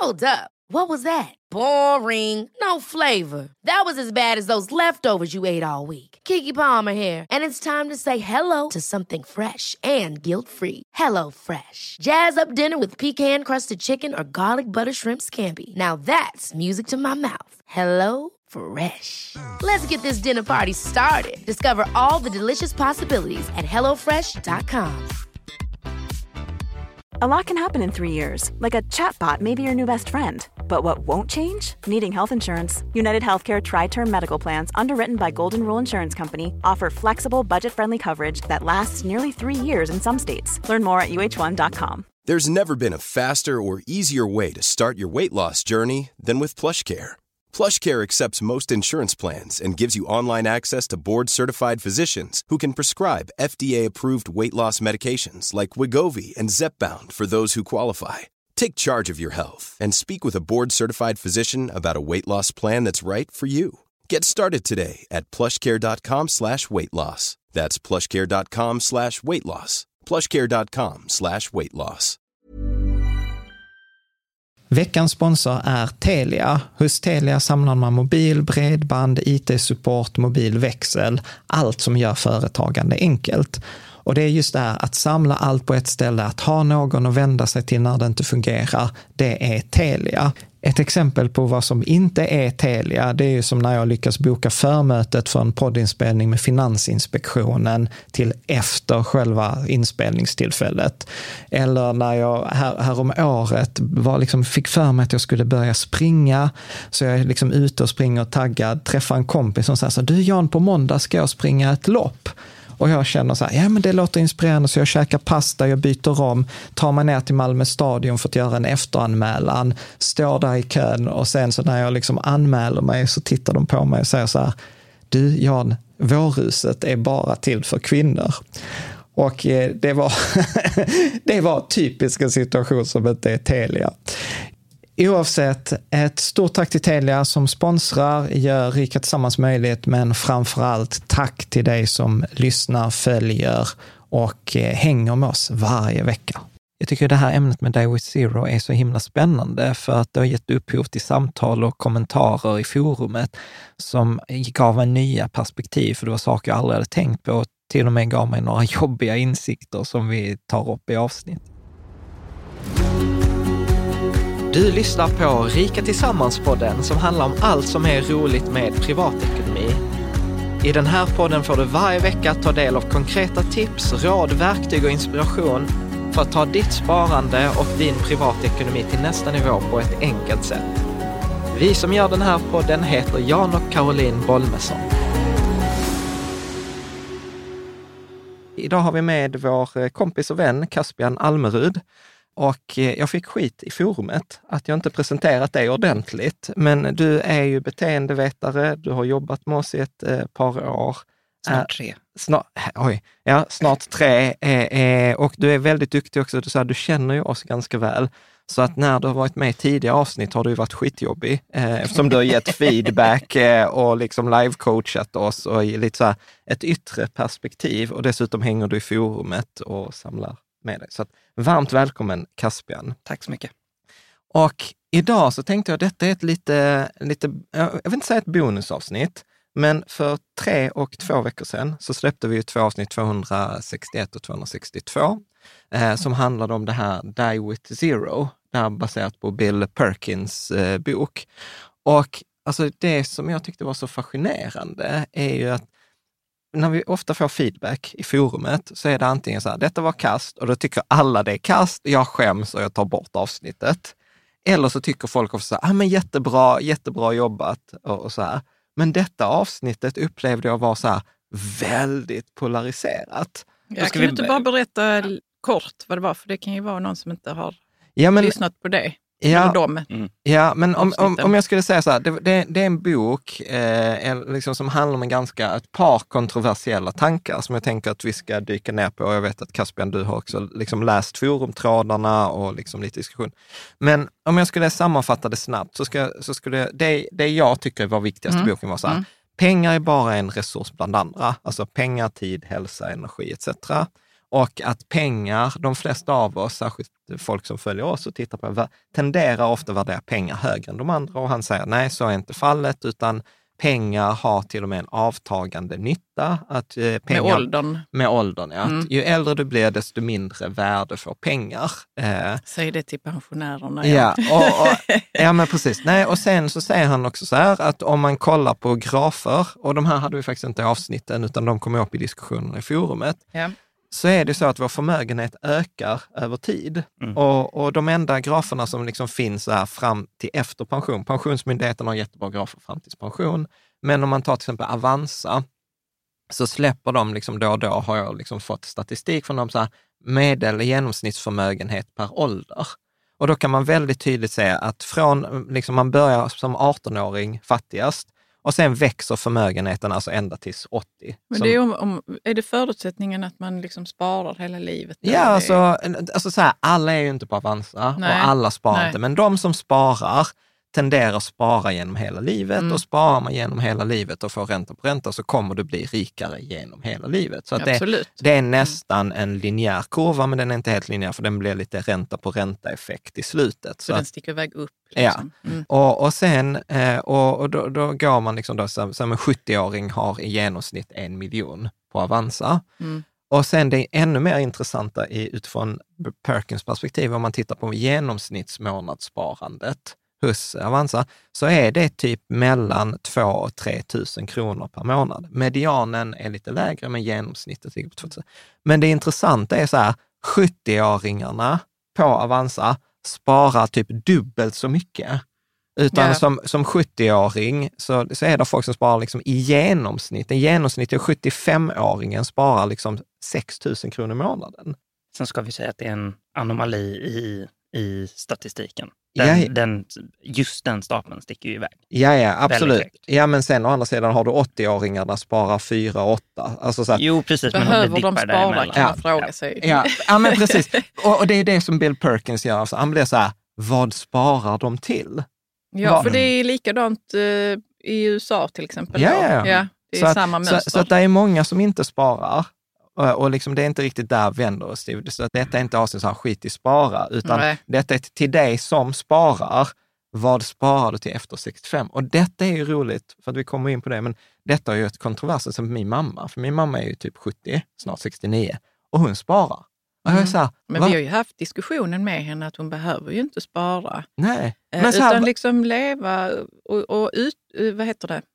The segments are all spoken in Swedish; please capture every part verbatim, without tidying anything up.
Hold up. What was that? Boring. No flavor. That was as bad as those leftovers you ate all week. Keke Palmer here, and it's time to say hello to something fresh and guilt-free. Hello Fresh. Jazz up dinner with pecan-crusted chicken or garlic butter shrimp scampi. Now that's music to my mouth. Hello Fresh. Let's get this dinner party started. Discover all the delicious possibilities at hello fresh dot com. A lot can happen in three years, like a chatbot may be your new best friend. But what won't change? Needing health insurance. United Healthcare Tri-Term Medical Plans, underwritten by Golden Rule Insurance Company, offer flexible, budget-friendly coverage that lasts nearly three years in some states. Learn more at U H one dot com. There's never been a faster or easier way to start your weight loss journey than with PlushCare. PlushCare accepts most insurance plans and gives you online access to board-certified physicians who can prescribe F D A-approved weight loss medications like Wegovy and Zepbound for those who qualify. Take charge of your health and speak with a board-certified physician about a weight loss plan that's right for you. Get started today at plushcare.com slash weight loss. That's plushcare.com slash weight loss. plushcare.com slash weight loss. Veckans sponsor är Telia. Hos Telia samlar man mobil, bredband, I T-support, mobilväxel, allt som gör företagande enkelt. Och det är just det här att samla allt på ett ställe, att ha någon att vända sig till när det inte fungerar, det är Telia. Ett exempel på vad som inte är Telia, det är ju som när jag lyckas boka förmötet för en poddinspelning med Finansinspektionen till efter själva inspelningstillfället. Eller när jag här, här om året var liksom, fick för mig att jag skulle börja springa, så jag är liksom ute och springer och taggad, träffar en kompis som säger så här, du Jan, på måndag ska jag springa ett lopp. Och jag känner så här, ja men det låter inspirerande, så jag käkar pasta, jag byter om, tar mig ner till Malmö stadion för att göra en efteranmälan, står där i kön, och sen så när jag liksom anmäler mig så tittar de på mig och säger så här, du Jan, vårhuset är bara till för kvinnor. Och det var det var typisk en situation som inte är Telia. Oavsett, ett stort tack till Telia som sponsrar, gör Rika Tillsammans möjligt, men framförallt tack till dig som lyssnar, följer och hänger med oss varje vecka. Jag tycker det här ämnet med Die with Zero är så himla spännande, för att det har gett upphov till samtal och kommentarer i forumet som gav mig nya perspektiv, för det var saker jag aldrig hade tänkt på, och till och med gav mig några jobbiga insikter som vi tar upp i avsnitt. Du lyssnar på Rika Tillsammans-podden som handlar om allt som är roligt med privatekonomi. I den här podden får du varje vecka ta del av konkreta tips, råd, verktyg och inspiration för att ta ditt sparande och din privatekonomi till nästa nivå på ett enkelt sätt. Vi som gör den här podden heter Jan och Caroline Bolmesson. Idag har vi med vår kompis och vän Caspian Almerud. Och jag fick skit i forumet att jag inte presenterat dig ordentligt. Men du är ju beteendevetare, du har jobbat med oss i ett eh, par år. Snart tre. Eh, snart, oj, ja, snart tre. Eh, eh, och du är väldigt duktig också. Du, så här, du känner ju oss ganska väl. Så att när du har varit med i tidiga avsnitt har du ju varit skitjobbig. Eh, eftersom du har gett feedback eh, och liksom live-coachat oss och lite så här, ett yttre perspektiv. Och dessutom hänger du i forumet och samlar med dig. Så att, varmt välkommen Caspian. Tack så mycket. Och idag så tänkte jag att detta är ett lite, lite, jag vill inte säga ett bonusavsnitt, men för tre och två veckor sedan så släppte vi ju två avsnitt, tvåhundrasextioett och tvåhundrasextiotvå, eh, som handlade om det här Die with Zero, det här baserat på Bill Perkins eh, bok. Och alltså det som jag tyckte var så fascinerande är ju att när vi ofta får feedback i forumet så är det antingen så här, detta var kast, och då tycker alla det är kast, jag skäms och jag tar bort avsnittet. Eller så tycker folk också så här, ah, men jättebra, jättebra jobbat och, och så här. Men detta avsnittet upplevde jag var så här väldigt polariserat. Jag kan vi inte bara berätta kort vad det var, för det kan ju vara någon som inte har ja, men, lyssnat på det. Ja, dem. Mm. ja, men om, om, om jag skulle säga så här, det, det, det är en bok eh, liksom som handlar om en ganska, ett par kontroversiella tankar som jag tänker att vi ska dyka ner på. Jag vet att Caspian, du har också liksom läst forumtrådarna och liksom lite diskussion. Men om jag skulle sammanfatta det snabbt så, ska, så skulle det, det jag tycker var viktigast mm. i boken var så här, mm. pengar är bara en resurs bland andra. Alltså pengar, tid, hälsa, energi et cetera. Och att pengar, de flesta av oss, särskilt folk som följer oss och tittar på, tenderar ofta att värdera pengar högre än de andra. Och han säger, nej, så är inte fallet, utan pengar har till och med en avtagande nytta. Att, eh, pengar, med åldern. Med åldern, ja. Mm. Att ju äldre du blir, desto mindre värde får pengar. Eh, Säg det till pensionärerna. ja, och, och, ja, men precis. Nej, och sen så säger han också så här, att om man kollar på grafer, och de här hade vi faktiskt inte i avsnitten, utan de kommer upp i diskussionen i forumet. Ja. Så är det så att vår förmögenhet ökar över tid. Mm. Och, och de enda graferna som liksom finns här fram till efter pension, Pensionsmyndigheten har jättebra grafer fram till pension, men om man tar till exempel Avanza, så släpper de liksom då och då, har jag liksom fått statistik från dem, så här, medel- genomsnittsförmögenhet per ålder. Och då kan man väldigt tydligt säga att från, liksom man börjar som arton-åring fattigast, och sen växer förmögenheten alltså ända tills åttio. Men som, det är, om, om, är det förutsättningen att man liksom sparar hela livet? Ja, alltså, alltså så här, alla är ju inte på Avanza. Nej. Och alla sparar Nej. inte. Men de som sparar tenderar att spara genom hela livet. Mm. Och sparar man genom hela livet och får ränta på ränta, så kommer du bli rikare genom hela livet. Så att det, det är nästan en linjär kurva, men den är inte helt linjär, för den blir lite ränta på ränta-effekt i slutet. Så, så den att, sticker iväg upp? Liksom. Ja, mm. och, och sen och, och då, då går man liksom då, som, som en sjuttio-åring har i genomsnitt en miljon på Avanza. Mm. Och sen det är ännu mer intressanta i, utifrån Perkins perspektiv, om man tittar på genomsnittsmånadssparandet hos Avanza, så är det typ mellan två och tre tusen kronor per månad. Medianen är lite lägre, men genomsnittet ligger på två tusen. Men det intressanta är så här, sjuttio-åringarna på Avanza sparar typ dubbelt så mycket. Utan yeah. som, som sjuttio-åring så, så är det folk som sparar liksom i genomsnitt. En genomsnitt sjuttiofem-åringen sparar liksom sex tusen kronor i månaden. Sen ska vi säga att det är en anomali i, i statistiken. Den, ja, den, just den stapeln sticker ju iväg. Ja, ja, absolut. Ja, men sen å andra sidan har du åttio-åringarna sparar fyra åtta. Alltså så att, jo, precis. Behöver men de spara, kan ja, man fråga sig. Ja, ja men precis. Och, och det är det som Bill Perkins gör. Alltså, han blir så här, vad sparar de till? Ja, vad? För det är likadant uh, i U S A till exempel. Ja, ja, ja. ja det är så samma att, mönster. Så, så att det är många som inte sparar. Och liksom det är inte riktigt där vänder oss till. Så detta är inte avsnitt så här skit i spara, utan Nej. detta är till dig som sparar. Vad sparar du till efter sextiofem? Och detta är ju roligt, för att vi kommer in på det, men detta är ju ett kontrovers som min mamma. För min mamma är ju typ sjuttio, snart sextionio, och hon sparar. Och jag är så här, men va? Vi har ju haft diskussionen med henne att hon behöver ju inte spara. Nej. Men utan här, liksom leva och, och ut, vad heter det?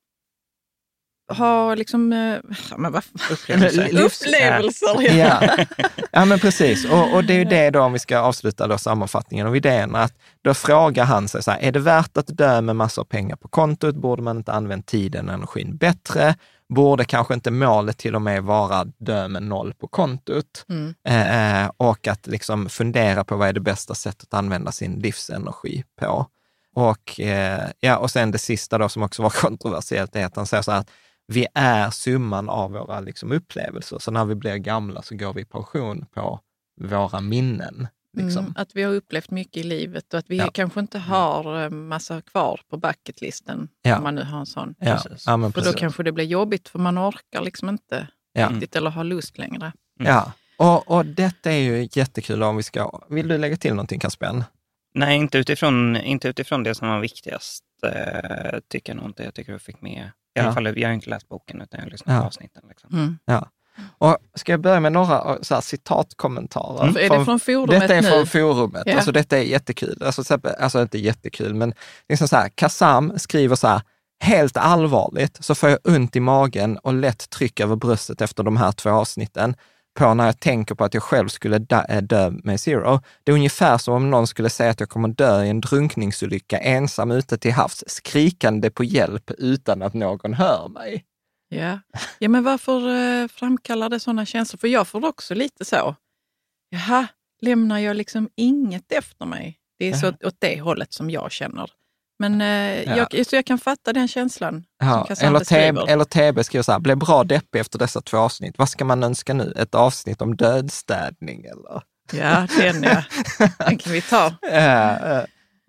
Ha liksom, men vad, upplevelser. upplevelser ja. Ja. Ja, men precis. Och, och det är ju det då, om vi ska avsluta då sammanfattningen av idén, att då frågar han sig så här, är det värt att dö med massor av pengar på kontot? Borde man inte använda tiden och energin bättre? Borde kanske inte målet till och med vara dö med noll på kontot? Mm. Eh, och att liksom fundera på vad är det bästa sättet att använda sin livsenergi på. Och, eh, ja, och sen det sista då som också var kontroversiellt är att han säger så här att vi är summan av våra liksom, upplevelser. Så när vi blir gamla så går vi i pension på våra minnen. Liksom. Mm, att vi har upplevt mycket i livet och att vi ja. kanske inte har massa kvar på bucketlisten, ja. om man nu har en sån. Ja. Ja, men för då kanske det blir jobbigt, för man orkar liksom inte ja. riktigt eller har lust längre. Mm. Ja, och, och detta är ju jättekul om vi ska... Vill du lägga till någonting, Kasper? Nej, inte utifrån, inte utifrån det som var viktigast, eh, tycker jag nog inte. Jag tycker jag fick med... I alla ja. fall, jag har inte läst boken utan jag har lyssnat på ja. avsnitten. Liksom. Mm. Ja. Och ska jag börja med några så här, citatkommentarer? Mm. Är det från forumet Detta är nu? från forumet. Ja. Alltså, detta är jättekul. Alltså, alltså inte jättekul, men liksom så här, Kassam skriver så här, helt allvarligt så får jag ont i magen och lätt tryck över bröstet efter de här två avsnitten på när jag tänker på att jag själv skulle dö, dö med Zero. Det är ungefär som om någon skulle säga att jag kommer dö i en drunkningsolycka ensam ute till havs, skrikande på hjälp utan att någon hör mig. Ja, ja men varför eh, framkallar det sådana känslor? För jag får också lite så. Jaha, lämnar jag liksom inget efter mig? Det är Jaha. så åt det hållet som jag känner. Men eh, ja. jag, så jag kan fatta den känslan. Ja. Eller, T B, eller T B skriver så här, blev bra deppig efter dessa två avsnitt. Vad ska man önska nu? Ett avsnitt om dödstädning eller? Ja, den ja. Den kan vi ta. Ja,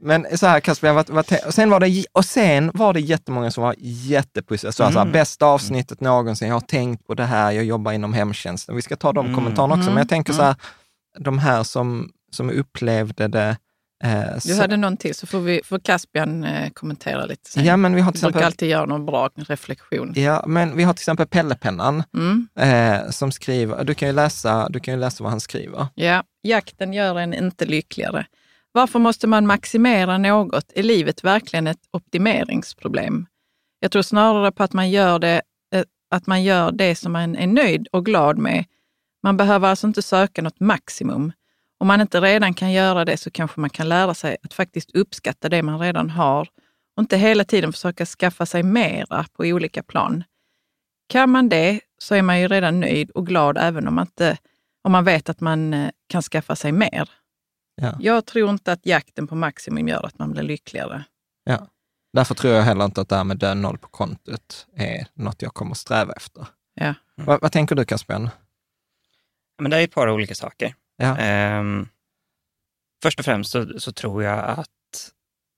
Men så här, Kasper, vad, vad, och, sen var det, och sen var det jättemånga som var jättepussiga. Så, mm. så här, bästa avsnittet någonsin, jag har tänkt på det här, jag jobbar inom hemtjänsten. Vi ska ta de mm. kommentarerna också, men jag tänker så här, de här som, som upplevde det. Eh, du hade någon till, så får, vi, får Caspian eh, kommentera lite sen. Ja, men vi har till exempel, brukar alltid göra någon bra reflektion. Ja, men vi har till exempel Pellepennan mm. eh, som skriver, du kan ju läsa, du kan ju läsa vad han skriver. Ja, jakten gör en inte lyckligare. Varför måste man maximera något? Är livet verkligen ett optimeringsproblem? Jag tror snarare på att man gör det, att man gör det som man är nöjd och glad med. Man behöver alltså inte söka något maximum. Om man inte redan kan göra det så kanske man kan lära sig att faktiskt uppskatta det man redan har och inte hela tiden försöka skaffa sig mera på olika plan. Kan man det så är man ju redan nöjd och glad även om man, inte, om man vet att man kan skaffa sig mer. Ja. Jag tror inte att jakten på maximum gör att man blir lyckligare. Ja. Därför tror jag heller inte att det här med dön noll på kontot är något jag kommer att sträva efter. Ja. Mm. Vad, vad tänker du, Kasper? Men det är ett par olika saker. Ja. Um, först och främst så, så tror jag att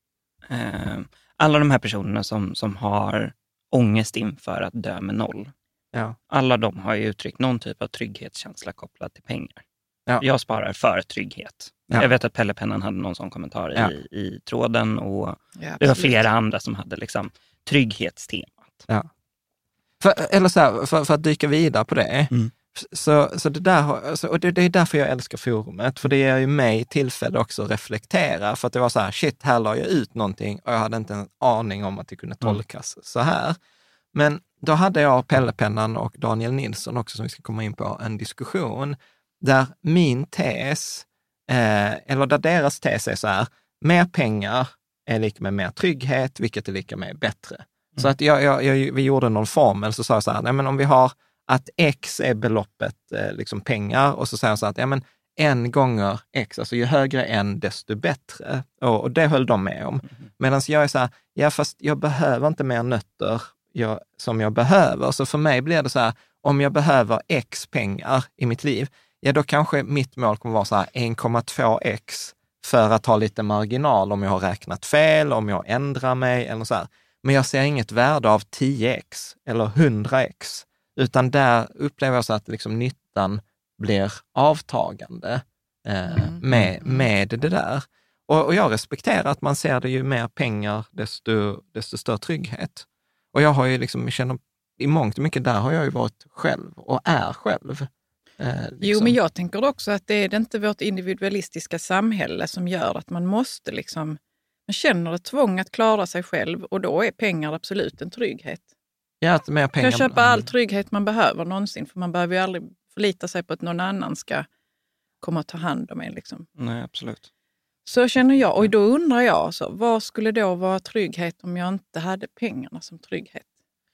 um, alla de här personerna som, som har ångest inför att dö med noll, ja. alla de har ju uttryckt någon typ av trygghetskänsla kopplad till pengar. Ja. Jag sparar för trygghet. Ja. Jag vet att Pellepennan hade någon sån kommentar ja. i, i tråden och ja, det var flera andra som hade liksom trygghetstemat. Ja. För, eller så här, för, för att dyka vidare på det, mm. så, så det där, så, och det, det är därför jag älskar forumet, för det ger ju mig tillfälle också att reflektera, för att det var så här, shit, här la jag ut någonting och jag hade inte en aning om att det kunde tolkas mm. så här. Men då hade jag Pellepennan och Daniel Nilsson också, som vi ska komma in på, en diskussion där min tes, eh, eller där deras tes är så här, mer pengar är lika med mer trygghet, vilket är lika med bättre. Mm. Så att jag, jag, jag, vi gjorde någon formel, så sa jag så här, nej, men om vi har att X är beloppet, eh, liksom pengar, och så säger jag så här att ja, men en gånger X, alltså ju högre en desto bättre. Och, och det höll de med om. Mm. Medan jag är så här, ja fast jag behöver inte mer nötter jag, som jag behöver. Så för mig blir det så här, om jag behöver X pengar i mitt liv, ja då kanske mitt mål kommer vara så här en komma två x för att ha lite marginal om jag har räknat fel, om jag ändrar mig eller så här. Men jag ser inget värde av tio x eller hundra x, utan där upplever jag så att liksom nyttan blir avtagande eh, mm. med, med det där. Och, och jag respekterar att man ser det, ju mer pengar desto, desto större trygghet. Och jag har ju liksom, jag känner, i mångt och mycket där har jag ju varit själv och är själv. Eh, liksom. Jo, men jag tänker också att det är det inte vårt individualistiska samhälle som gör att man måste liksom, man känner ett tvång att klara sig själv, och då är pengar absolut en trygghet. Ja, att mer pengar. Man kan köpa all trygghet man behöver någonsin, för man behöver ju aldrig förlita sig på att någon annan ska komma och ta hand om en. Liksom. Nej, absolut. Så känner jag, och då undrar jag, så, vad skulle då vara trygghet om jag inte hade pengarna som trygghet?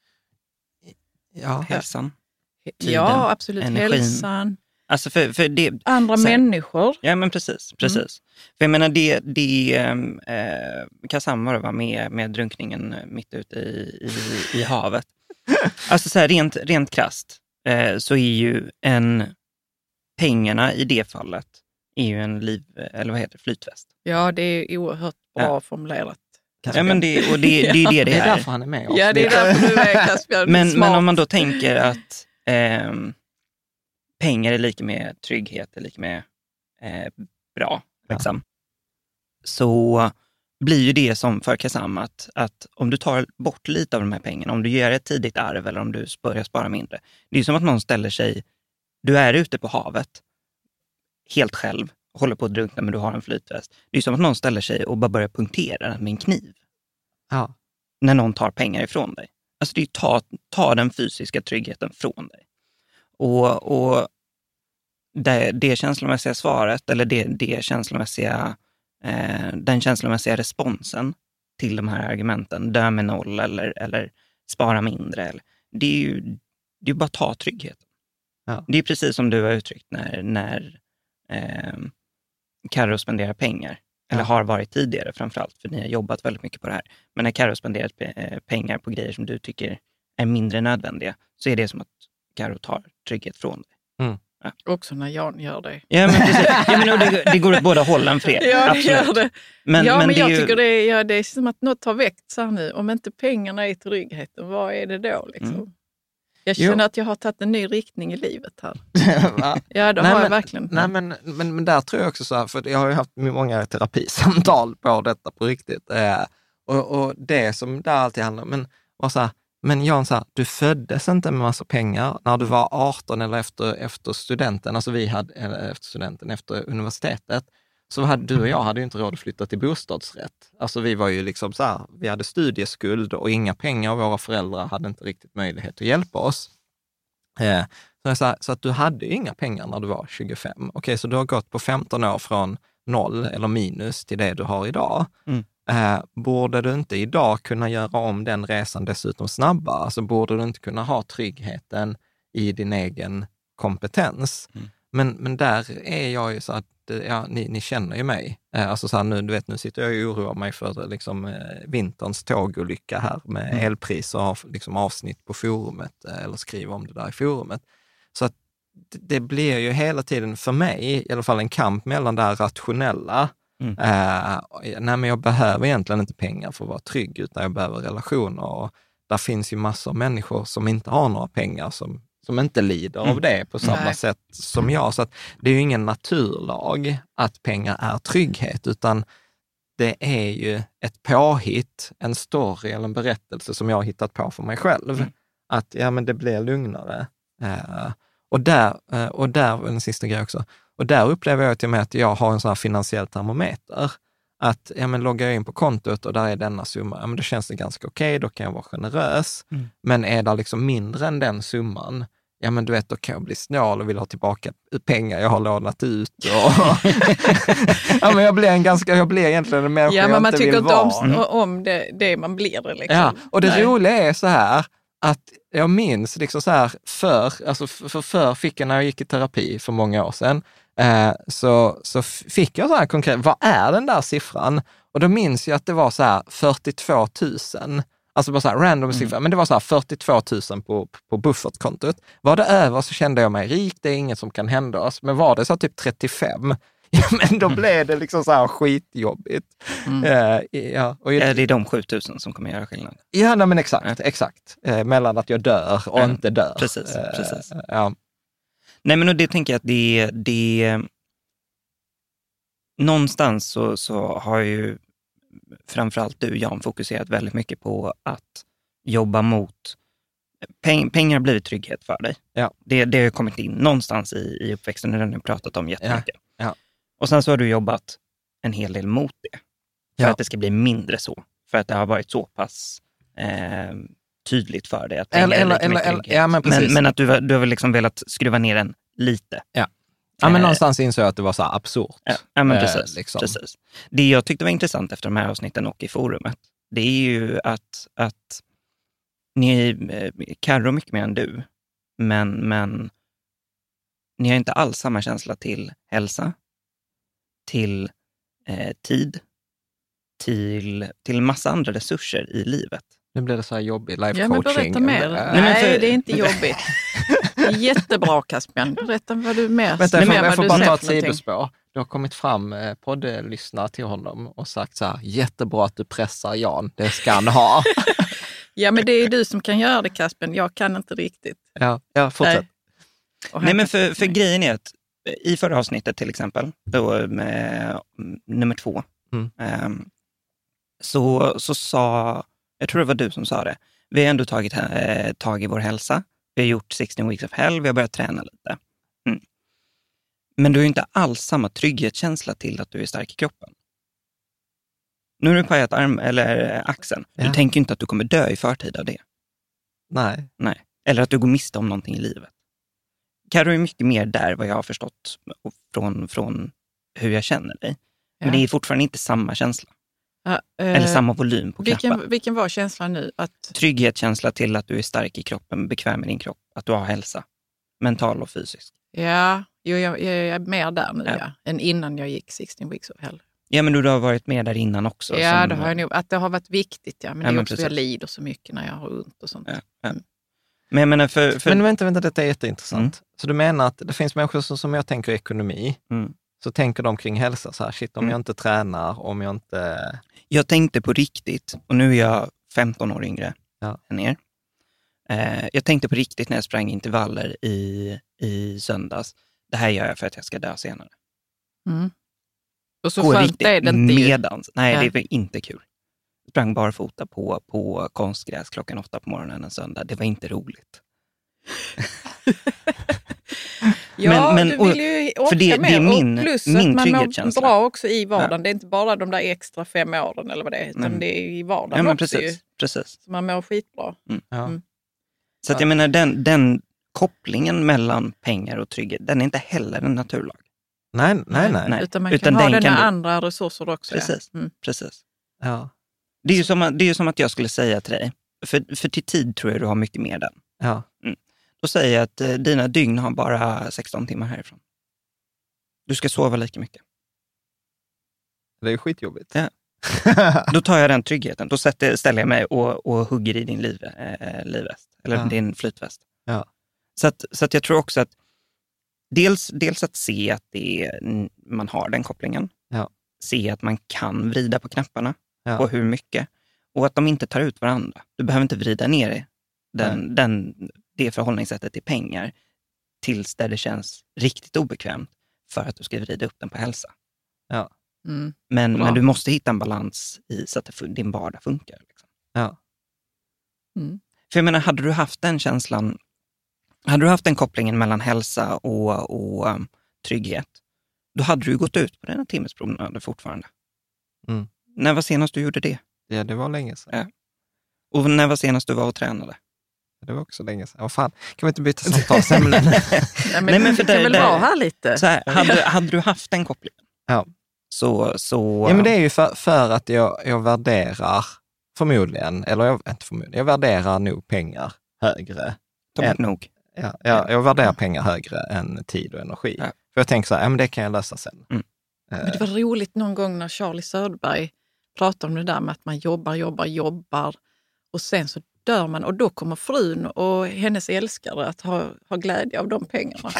Ja, hälsan. Tiden, ja, absolut. Energin. Hälsan. Alltså för, för det, andra så, människor. Ja, men precis. precis. Mm. För jag menar, det, det eh, Kassamar var med, med drunkningen mitt ute i, i, i havet. Alltså så här, rent, rent krasst eh, så är ju en pengarna i det fallet är ju en liv, eller vad heter det, flytväst. Ja, det är oerhört bra ja. formulerat. Ja, men det, och det, det är det det är. Det är därför han är med oss. Ja, det är därför du är med, Caspian. men, men om man då tänker att eh, pengar är lika med trygghet, är lika med eh, bra, liksom. Ja. Så blir ju det som för Kassam att, att om du tar bort lite av de här pengarna, om du gör ett tidigt arv eller om du börjar spara mindre. Det är ju som att någon ställer sig, du är ute på havet helt själv, håller på att drunkna men du har en flytväst. Det är ju som att någon ställer sig och bara börjar punktera med en kniv. Ja. När någon tar pengar ifrån dig. Alltså det är ju ta, ta den fysiska tryggheten från dig. Och, och det, det känslomässiga svaret, eller det, det känslomässiga, eh, den känslomässiga responsen till de här argumenten, dö med noll eller, eller spara mindre, eller, det är ju det är bara att ta tryggheten. Ja. Det är precis som du har uttryckt när, när eh, Karo spenderar pengar. Eller ja. har varit tidigare framförallt, för ni har jobbat väldigt mycket på det här. Men när Karo spenderat pe- pengar på grejer som du tycker är mindre nödvändiga, så är det som att Karo tar trygghet från dig. Mm. Ja. Också när Jan gör det. Ja, men, precis. Ja, men det, det går åt båda hållen för er. Ja, absolut. Gör det. Men, ja, men, men det jag är ju... tycker det är, ja, det är som att något har väckts här nu. Om inte pengarna är tryggheten, vad är det då? Liksom? Mm. Jag känner jo. att jag har tagit en ny riktning i livet här. Ja, det nej, har men, jag verkligen. Nej, men, men, men där tror jag också så här, för jag har ju haft många terapisamtal på detta på riktigt. Eh, och, och det som där alltid handlar om, men var så här, men Jan, så här, du föddes inte med massa pengar när du var arton eller efter, efter studenten, alltså vi hade, eller efter studenten, efter universitetet, så hade du och jag hade ju inte råd att flytta till bostadsrätt. Alltså vi var ju liksom så här, vi hade studieskuld och inga pengar och våra föräldrar hade inte riktigt möjlighet att hjälpa oss. Eh, så, så, här, så att du hade ju inga pengar när du var tjugofem. Okej, så du har gått på femton år från noll eller minus till det du har idag. Mm. Eh, borde du inte idag kunna göra om den resan dessutom snabbare? Alltså borde du inte kunna ha tryggheten i din egen kompetens? Mm. Men, men där är jag ju så att, ja, ni, ni känner ju mig. Eh, alltså så här, nu, du vet, nu sitter jag och oroar mig för liksom, eh, vinterns tågolycka här med mm. elpris och liksom, avsnitt på forumet eh, eller skriva om det där i forumet. Så att det, det blir ju hela tiden för mig i alla fall en kamp mellan det här rationella. Mm. Eh, nej, men jag behöver egentligen inte pengar för att vara trygg, utan jag behöver relationer. Och där finns ju massor av människor som inte har några pengar som som inte lider mm. av det på samma Nej. sätt som jag. Så att det är ju ingen naturlag att pengar är trygghet, utan det är ju ett påhitt, en story eller en berättelse som jag har hittat på för mig själv. Mm. Att ja, men det blir lugnare. Uh, och där, uh, och där en sista grej också. Och där upplever jag till och med att jag har en sån här finansiell termometer. Att ja, men loggar jag in på kontot och där är denna summa, ja, men då känns det ganska okej, då kan jag vara generös. Mm. Men är det liksom mindre än den summan, ja men du vet, då kan jag bli snål och vill ha tillbaka pengar jag har lånat ut. Och ja, men jag blir en ganska, jag blir egentligen en människa ja, jag men man inte tycker vill inte vara. om, om det, det man blir. Liksom. Ja, och det Nej. roliga är så här, att jag minns liksom så här, för, alltså för, för fick jag när jag gick i terapi för många år sedan, eh, så, så fick jag så här konkret, vad är den där siffran? Och då minns jag att det var så här fyrtiotvå tusen. Alltså bara så här random siffra, mm. men det var så här fyrtiotvå tusen på, på buffertkontot. Var det över så kände jag mig rik, det är inget som kan hända oss. Men var det så typ trettiofem, ja men då blev det liksom så här skitjobbigt. Mm. Uh, ja, och jag, ja, det är de sjutusen som kommer göra skillnad. Ja, nej, men exakt, exakt. Uh, mellan att jag dör och mm. inte dör. Precis, uh, precis. Uh, ja. Nej, men det tänker jag att det, det någonstans så, så har ju framförallt du, Jan, fokuserat väldigt mycket på att jobba mot peng, pengar har blivit trygghet för dig. Ja. Det, det har kommit in någonstans i, i uppväxten, och den har pratat om jättemycket. Ja. Ja. Och sen så har du jobbat en hel del mot det. För ja. att det ska bli mindre så. För att det har varit så pass eh, tydligt för dig att pengar eller, eller, är lika eller, eller, ja, men, men, men att du, du har väl liksom velat skruva ner den lite. Ja. Ja, men någonstans insåg jag att det var så här absurt. Ja, ja men precis, eh, liksom. precis. Det jag tyckte var intressant efter de här avsnitten och i forumet, det är ju att, att ni, Karo mycket mer än du, men, men ni har inte alls samma känsla till hälsa, till eh, tid, till, till massa andra resurser i livet. Nu blir det så här jobbig life coaching. Ja, men berätta mer. Nej, Nej, Nej för... det är inte jobbigt. Det är jättebra, Caspian. Berätta vad du mer. Vänta, jag får, jag får bara ta ett någonting. sidospår. Det har kommit fram eh, poddlyssnare till honom och sagt så här, jättebra att du pressar Jan, det ska han ha. Ja, men det är du som kan göra det, Caspian. Jag kan inte riktigt. Ja, ja fortsätt. Nej, Nej men för, för grejen är att i förra avsnittet till exempel, då med nummer två, mm. eh, så, så sa, jag tror det var du som sa det, vi har ändå tagit eh, tag i vår hälsa. Vi har gjort sexton weeks of hell, vi har börjat träna lite. Mm. Men du har ju inte alls samma trygghetskänsla till att du är stark i kroppen. Nu har du pajat arm eller axeln. Ja. Du tänker inte att du kommer dö i förtid av det. Nej. Nej. Eller att du går miste om någonting i livet. Karo är mycket mer där vad jag har förstått från, från hur jag känner dig. Ja. Men det är fortfarande inte samma känsla. Ja, eh, eller samma volym på vilken, knappen. Vilken var känslan nu? Att... Trygghetskänsla till att du är stark i kroppen, bekväm med din kropp. Att du har hälsa. Mental och fysisk. Ja, jo, jag, jag är mer där nu ja. Ja, än innan jag gick sexton weeks of hell. Ja, men du, du har varit med där innan också. Ja, som... det har jag nog. Att det har varit viktigt, ja. Men ja, det är men också precis. Jag lider så mycket när jag har ont och sånt. Ja, ja. Men jag menar för... för... Men vänta, vänta, detta är jätteintressant. Mm. Så du menar att det finns människor som, som jag tänker ekonomi, Mm. så tänker de kring hälsa så här, shit, om Mm. jag inte tränar, om jag inte... Jag tänkte på riktigt, och nu är jag femton år yngre Ja. än er. Eh, jag tänkte på riktigt när jag sprang intervaller i, i söndags. Det här gör jag för att jag ska dö senare. Mm. Och så På skönt riktigt, är det inte ju. medans. Nej, Ja. det var inte kul. Jag sprang barfota på, på konstgräs klockan åtta på morgonen en söndag. Det var inte roligt. Ja, Men- men- du och- vill ju orka för det- det är mer. min- och plus min att man mår trygghetskänsla. bra också i vardagen. Ja. Det är inte bara de där extra fem åren eller vad det är, utan Mm. det är i vardagen Ja, men också ju. precis. precis. Så man mår skitbra. Ja. Mm. Så att jag menar, den, den kopplingen mellan pengar och trygghet, den är inte heller en naturlag. Nej, nej, nej. Nej. Utan man Utan kan ha den den kan med du- andra resurser också. Precis. Ja. Mm. Precis. Ja. Det är ju som, att- det är ju som att jag skulle säga till dig, för, för till tid tror jag du har mycket mer den. Ja. Då säger jag att eh, dina dygn har bara sexton timmar härifrån. Du ska sova lika mycket. Det är ju skitjobbigt. Ja. Då tar jag den tryggheten. Då sätter, ställer jag mig och, och hugger i din liv, eh, livväst. Eller Ja. din flytväst. Ja. Så, att, så att jag tror också att dels, dels att se att det är, man har den kopplingen. Ja. Se att man kan vrida på knapparna. Ja. Och hur mycket. Och att de inte tar ut varandra. Du behöver inte vrida ner den, den, det förhållningssättet till pengar tills där det känns riktigt obekvämt för att du ska vrida upp den på hälsa. Ja. Mm. Men, Bra. men du måste hitta en balans i så att det, fun- din vardag funkar. Liksom. Ja. Mm. För jag menar, hade du haft den känslan, hade du haft den kopplingen mellan hälsa och, och um, trygghet, då hade du gått ut på dina timmespromenader fortfarande. Mm. När var senast du gjorde det? Ja, det var länge sedan. Ja. Och när var senast du var och tränade? Det var också länge sedan. Vad fan, kan vi inte byta samtalsämnen? Nej, men, Nej, men för det kan det- väl det- vara här lite. Så här, hade, hade du haft den kopplingen? Ja. Så, så... Ja, men det är ju för, för att jag, jag värderar förmodligen, eller jag, inte förmodligen, jag värderar nog pengar högre. Ta bort än- nog. Ja, jag, jag värderar pengar högre än tid och energi. Ja. För jag tänker så här, ja, men det kan jag lösa sen. Mm. Eh, Men det var roligt någon gång när Charlie Söderberg pratade om det där med att man jobbar, jobbar, jobbar och sen så dör man och då kommer frun och hennes älskare att ha, ha glädje av de pengarna.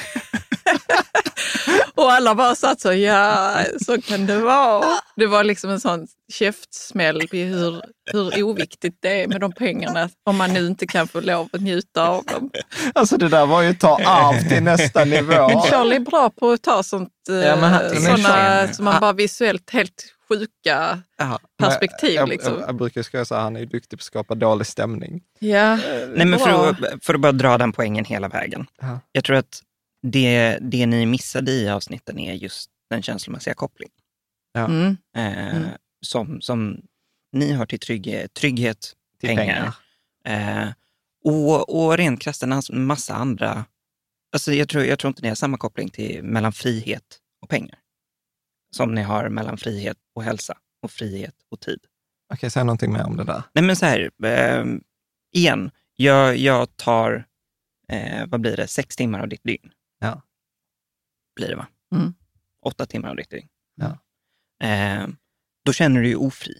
Och alla bara satt så, ja, så kan det vara. Det var liksom en sån käftsmäll i hur, hur oviktigt det är med de pengarna om man nu inte kan få lov att njuta av dem. Alltså det där var ju ta arv till nästa nivå. Men Charlie är bra på att ta sånt, Ja, men han- men sådana Charlie- som man bara visuellt helt sjuka Ja, perspektiv, jag, liksom. jag, jag brukar skriva så här, han är ju duktig på att skapa dålig stämning. Ja, Nej, men bra. för att, för att bara dra den poängen hela vägen. Ja. Jag tror att det, det ni missade i avsnitten är just den känslomässiga kopplingen. Mm. Eh, Mm. som, som ni har till trygghet, trygghet Till pengar. pengar. Eh, och, och rent krasst en ans- massa andra... Alltså jag, tror, jag tror inte ni har samma koppling till mellan frihet och pengar. Som ni har mellan frihet och hälsa och frihet och tid. Okej, säg någonting mer om det där. Nej men så här, eh, igen, jag, jag tar, eh, vad blir det, sex timmar av ditt dygn. Ja. Blir det va? Mm. Åtta timmar av ditt dygn. Ja. Eh, då känner du dig ofri.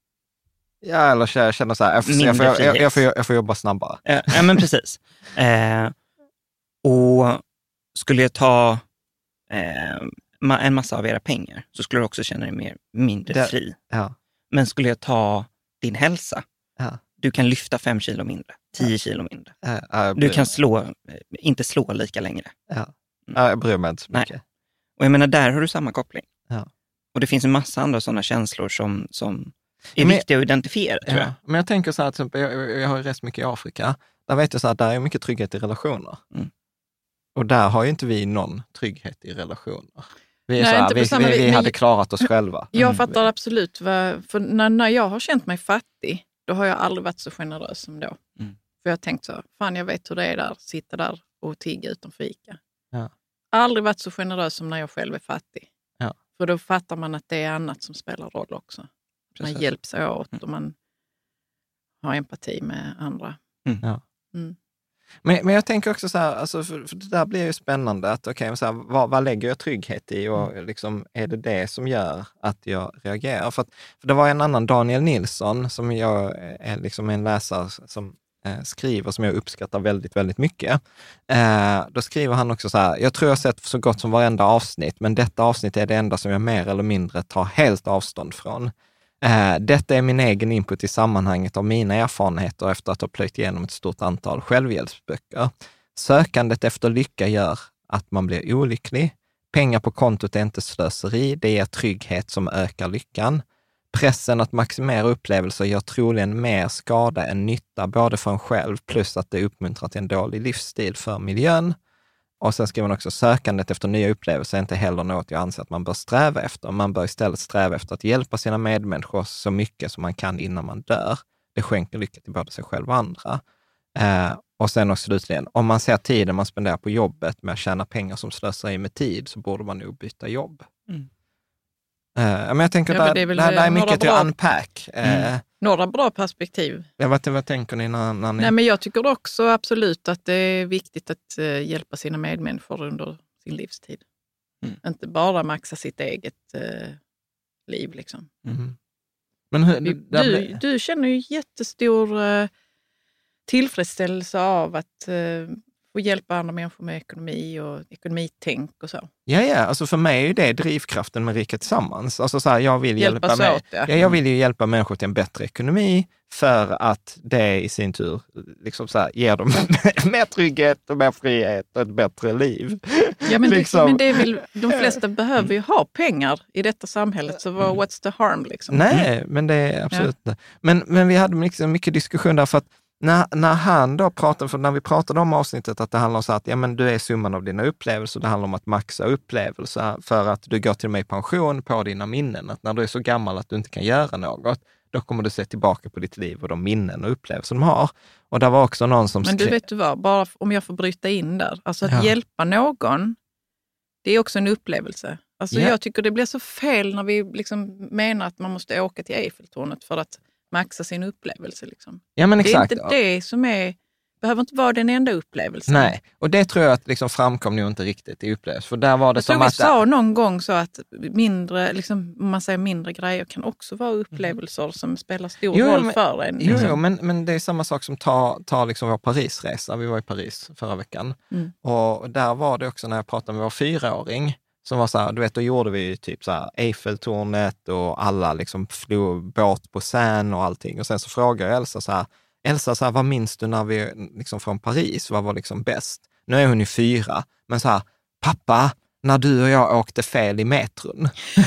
Ja, eller jag känner så här, jag får, jag, får, Mindre jag, jag, får, frihet. jag får jobba snabbare. Eh, ja men precis. Eh, och skulle jag ta eh, ma- en massa av era pengar så skulle du också känna dig mer, mindre Det- fri. Ja. Men skulle jag ta din hälsa, Ja. du kan lyfta fem kilo mindre, tio kilo mindre. Ja, ja, jag Du bryr kan mig. slå, eh, inte slå lika längre. Ja. Ja, jag bryr mig inte så Nej. mycket. Och jag menar, där har du samma koppling. Ja. Och det finns en massa andra sådana känslor som, som är Men- viktiga att identifiera, tror jag. Ja. Men jag tänker så här, till exempel, jag, jag har ju rest mycket i Afrika. Där vet jag så här, där är mycket trygghet i relationer. Mm. Och där har ju inte vi någon trygghet i relationer. Vi, är Nej, så här, inte på vi, samma vi, vis, vi men- hade klarat oss själva. Jag Mm. fattar absolut, vad, för när, när jag har känt mig fattig, då har jag aldrig varit så generös som då. Mm. För jag har tänkt så, fan jag vet hur det är där, sitta där och tigga utanför Ica. Ja. Aldrig varit så generös som när jag själv är fattig. Ja. För då fattar man att det är annat som spelar roll också. Precis. Man hjälps åt Mm. och man har empati med andra. Mm. Ja. Mm. Men, men jag tänker också så här, alltså för, för det där blir ju spännande, att okej, okay, vad, vad lägger jag trygghet i och Mm. liksom, är det det som gör att jag reagerar? För, att, för det var en annan, Daniel Nilsson, som jag är liksom en läsare som eh, skriver som jag uppskattar väldigt, väldigt mycket. Eh, då skriver han också så här, jag tror jag har sett så gott som varenda avsnitt, men detta avsnitt är det enda som jag mer eller mindre tar helt avstånd från. Eh, detta är min egen input i sammanhanget av mina erfarenheter efter att ha plöjt igenom ett stort antal självhjälpsböcker. Sökandet efter lycka gör att man blir olycklig. Pengar på kontot är inte slöseri, det ger trygghet som ökar lyckan. Pressen att maximera upplevelser gör troligen mer skada än nytta, både för en själv plus att det uppmuntrar till en dålig livsstil för miljön. Och sen skriver man också, sökandet efter nya upplevelser är inte heller något jag anser att man bör sträva efter. Man bör istället sträva efter att hjälpa sina medmänniskor så mycket som man kan innan man dör. Det skänker lycka till både sig själv och andra. Eh, och sen också slutligen, om man ser tiden man spenderar på jobbet med att tjäna pengar som slösar i med tid, så borde man nog byta jobb. Mm. Uh, men jag tänker, ja, där, det är, väl, där, där är mycket till att unpack. Mm. Uh, några bra perspektiv. Ja, vad, vad tänker ni när, när ni... Nej, men jag tycker också absolut att det är viktigt att uh, hjälpa sina medmänniskor under sin livstid. Mm. Inte bara maxa sitt eget uh, liv. Liksom. Mm. Men hur, du, du, du känner ju jättestor uh, tillfredsställelse av att uh, få hjälpa andra människor med ekonomi och ekonomitänk och så. Ja, ja. Alltså för mig är det drivkraften med Rika Tillsammans. Alltså så här, jag vill hjälpa, hjälpa med, åt, ja. Ja, jag vill ju hjälpa människor till en bättre ekonomi för att det i sin tur liksom så här, ger dem mer trygghet och mer frihet och ett bättre liv. Ja, men, liksom. det, men det är väl, de flesta behöver ju ha pengar i detta samhället, så vad, what's the harm liksom? Nej, men det är absolut ja. men, men vi hade liksom mycket diskussion där för att När, när han då pratade, för när vi pratade om avsnittet att det handlar om så att ja, men du är summan av dina upplevelser, det handlar om att maxa upplevelser för att du går till och med i pension på dina minnen. Att när du är så gammal att du inte kan göra något, då kommer du se tillbaka på ditt liv och de minnen och upplevelser de har. Och där var också någon som Men du skrev... vet du vad, bara om jag får bryta in där, alltså att ja. hjälpa någon, det är också en upplevelse. Alltså ja. jag tycker det blir så fel när vi liksom menar att man måste åka till Eiffeltornet för att maxa sin upplevelse. Liksom. Ja, men exakt. Det är inte det som är, behöver inte vara den enda upplevelsen. Nej, och det tror jag att liksom framkom nog inte riktigt i upplevelsen. För där var det jag som tror att... vi sa någon gång så att mindre, liksom, om man säger mindre grejer kan också vara upplevelser mm. som spelar stor jo, roll men, för en. Jo, liksom. jo men, men det är samma sak som ta, ta liksom vår Parisresa. Vi var i Paris förra veckan. Mm. Och där var det också när jag pratade med vår fyraåring. Som var så här, du vet, då gjorde vi typ så här Eiffeltornet och alla liksom flog båt på Seine och allting. Och sen så frågade jag Elsa så här, Elsa, så här, vad minns du när vi liksom från Paris, vad var liksom bäst? Nu är hon ju fyra, men så här, pappa, när du och jag åkte fel i metron.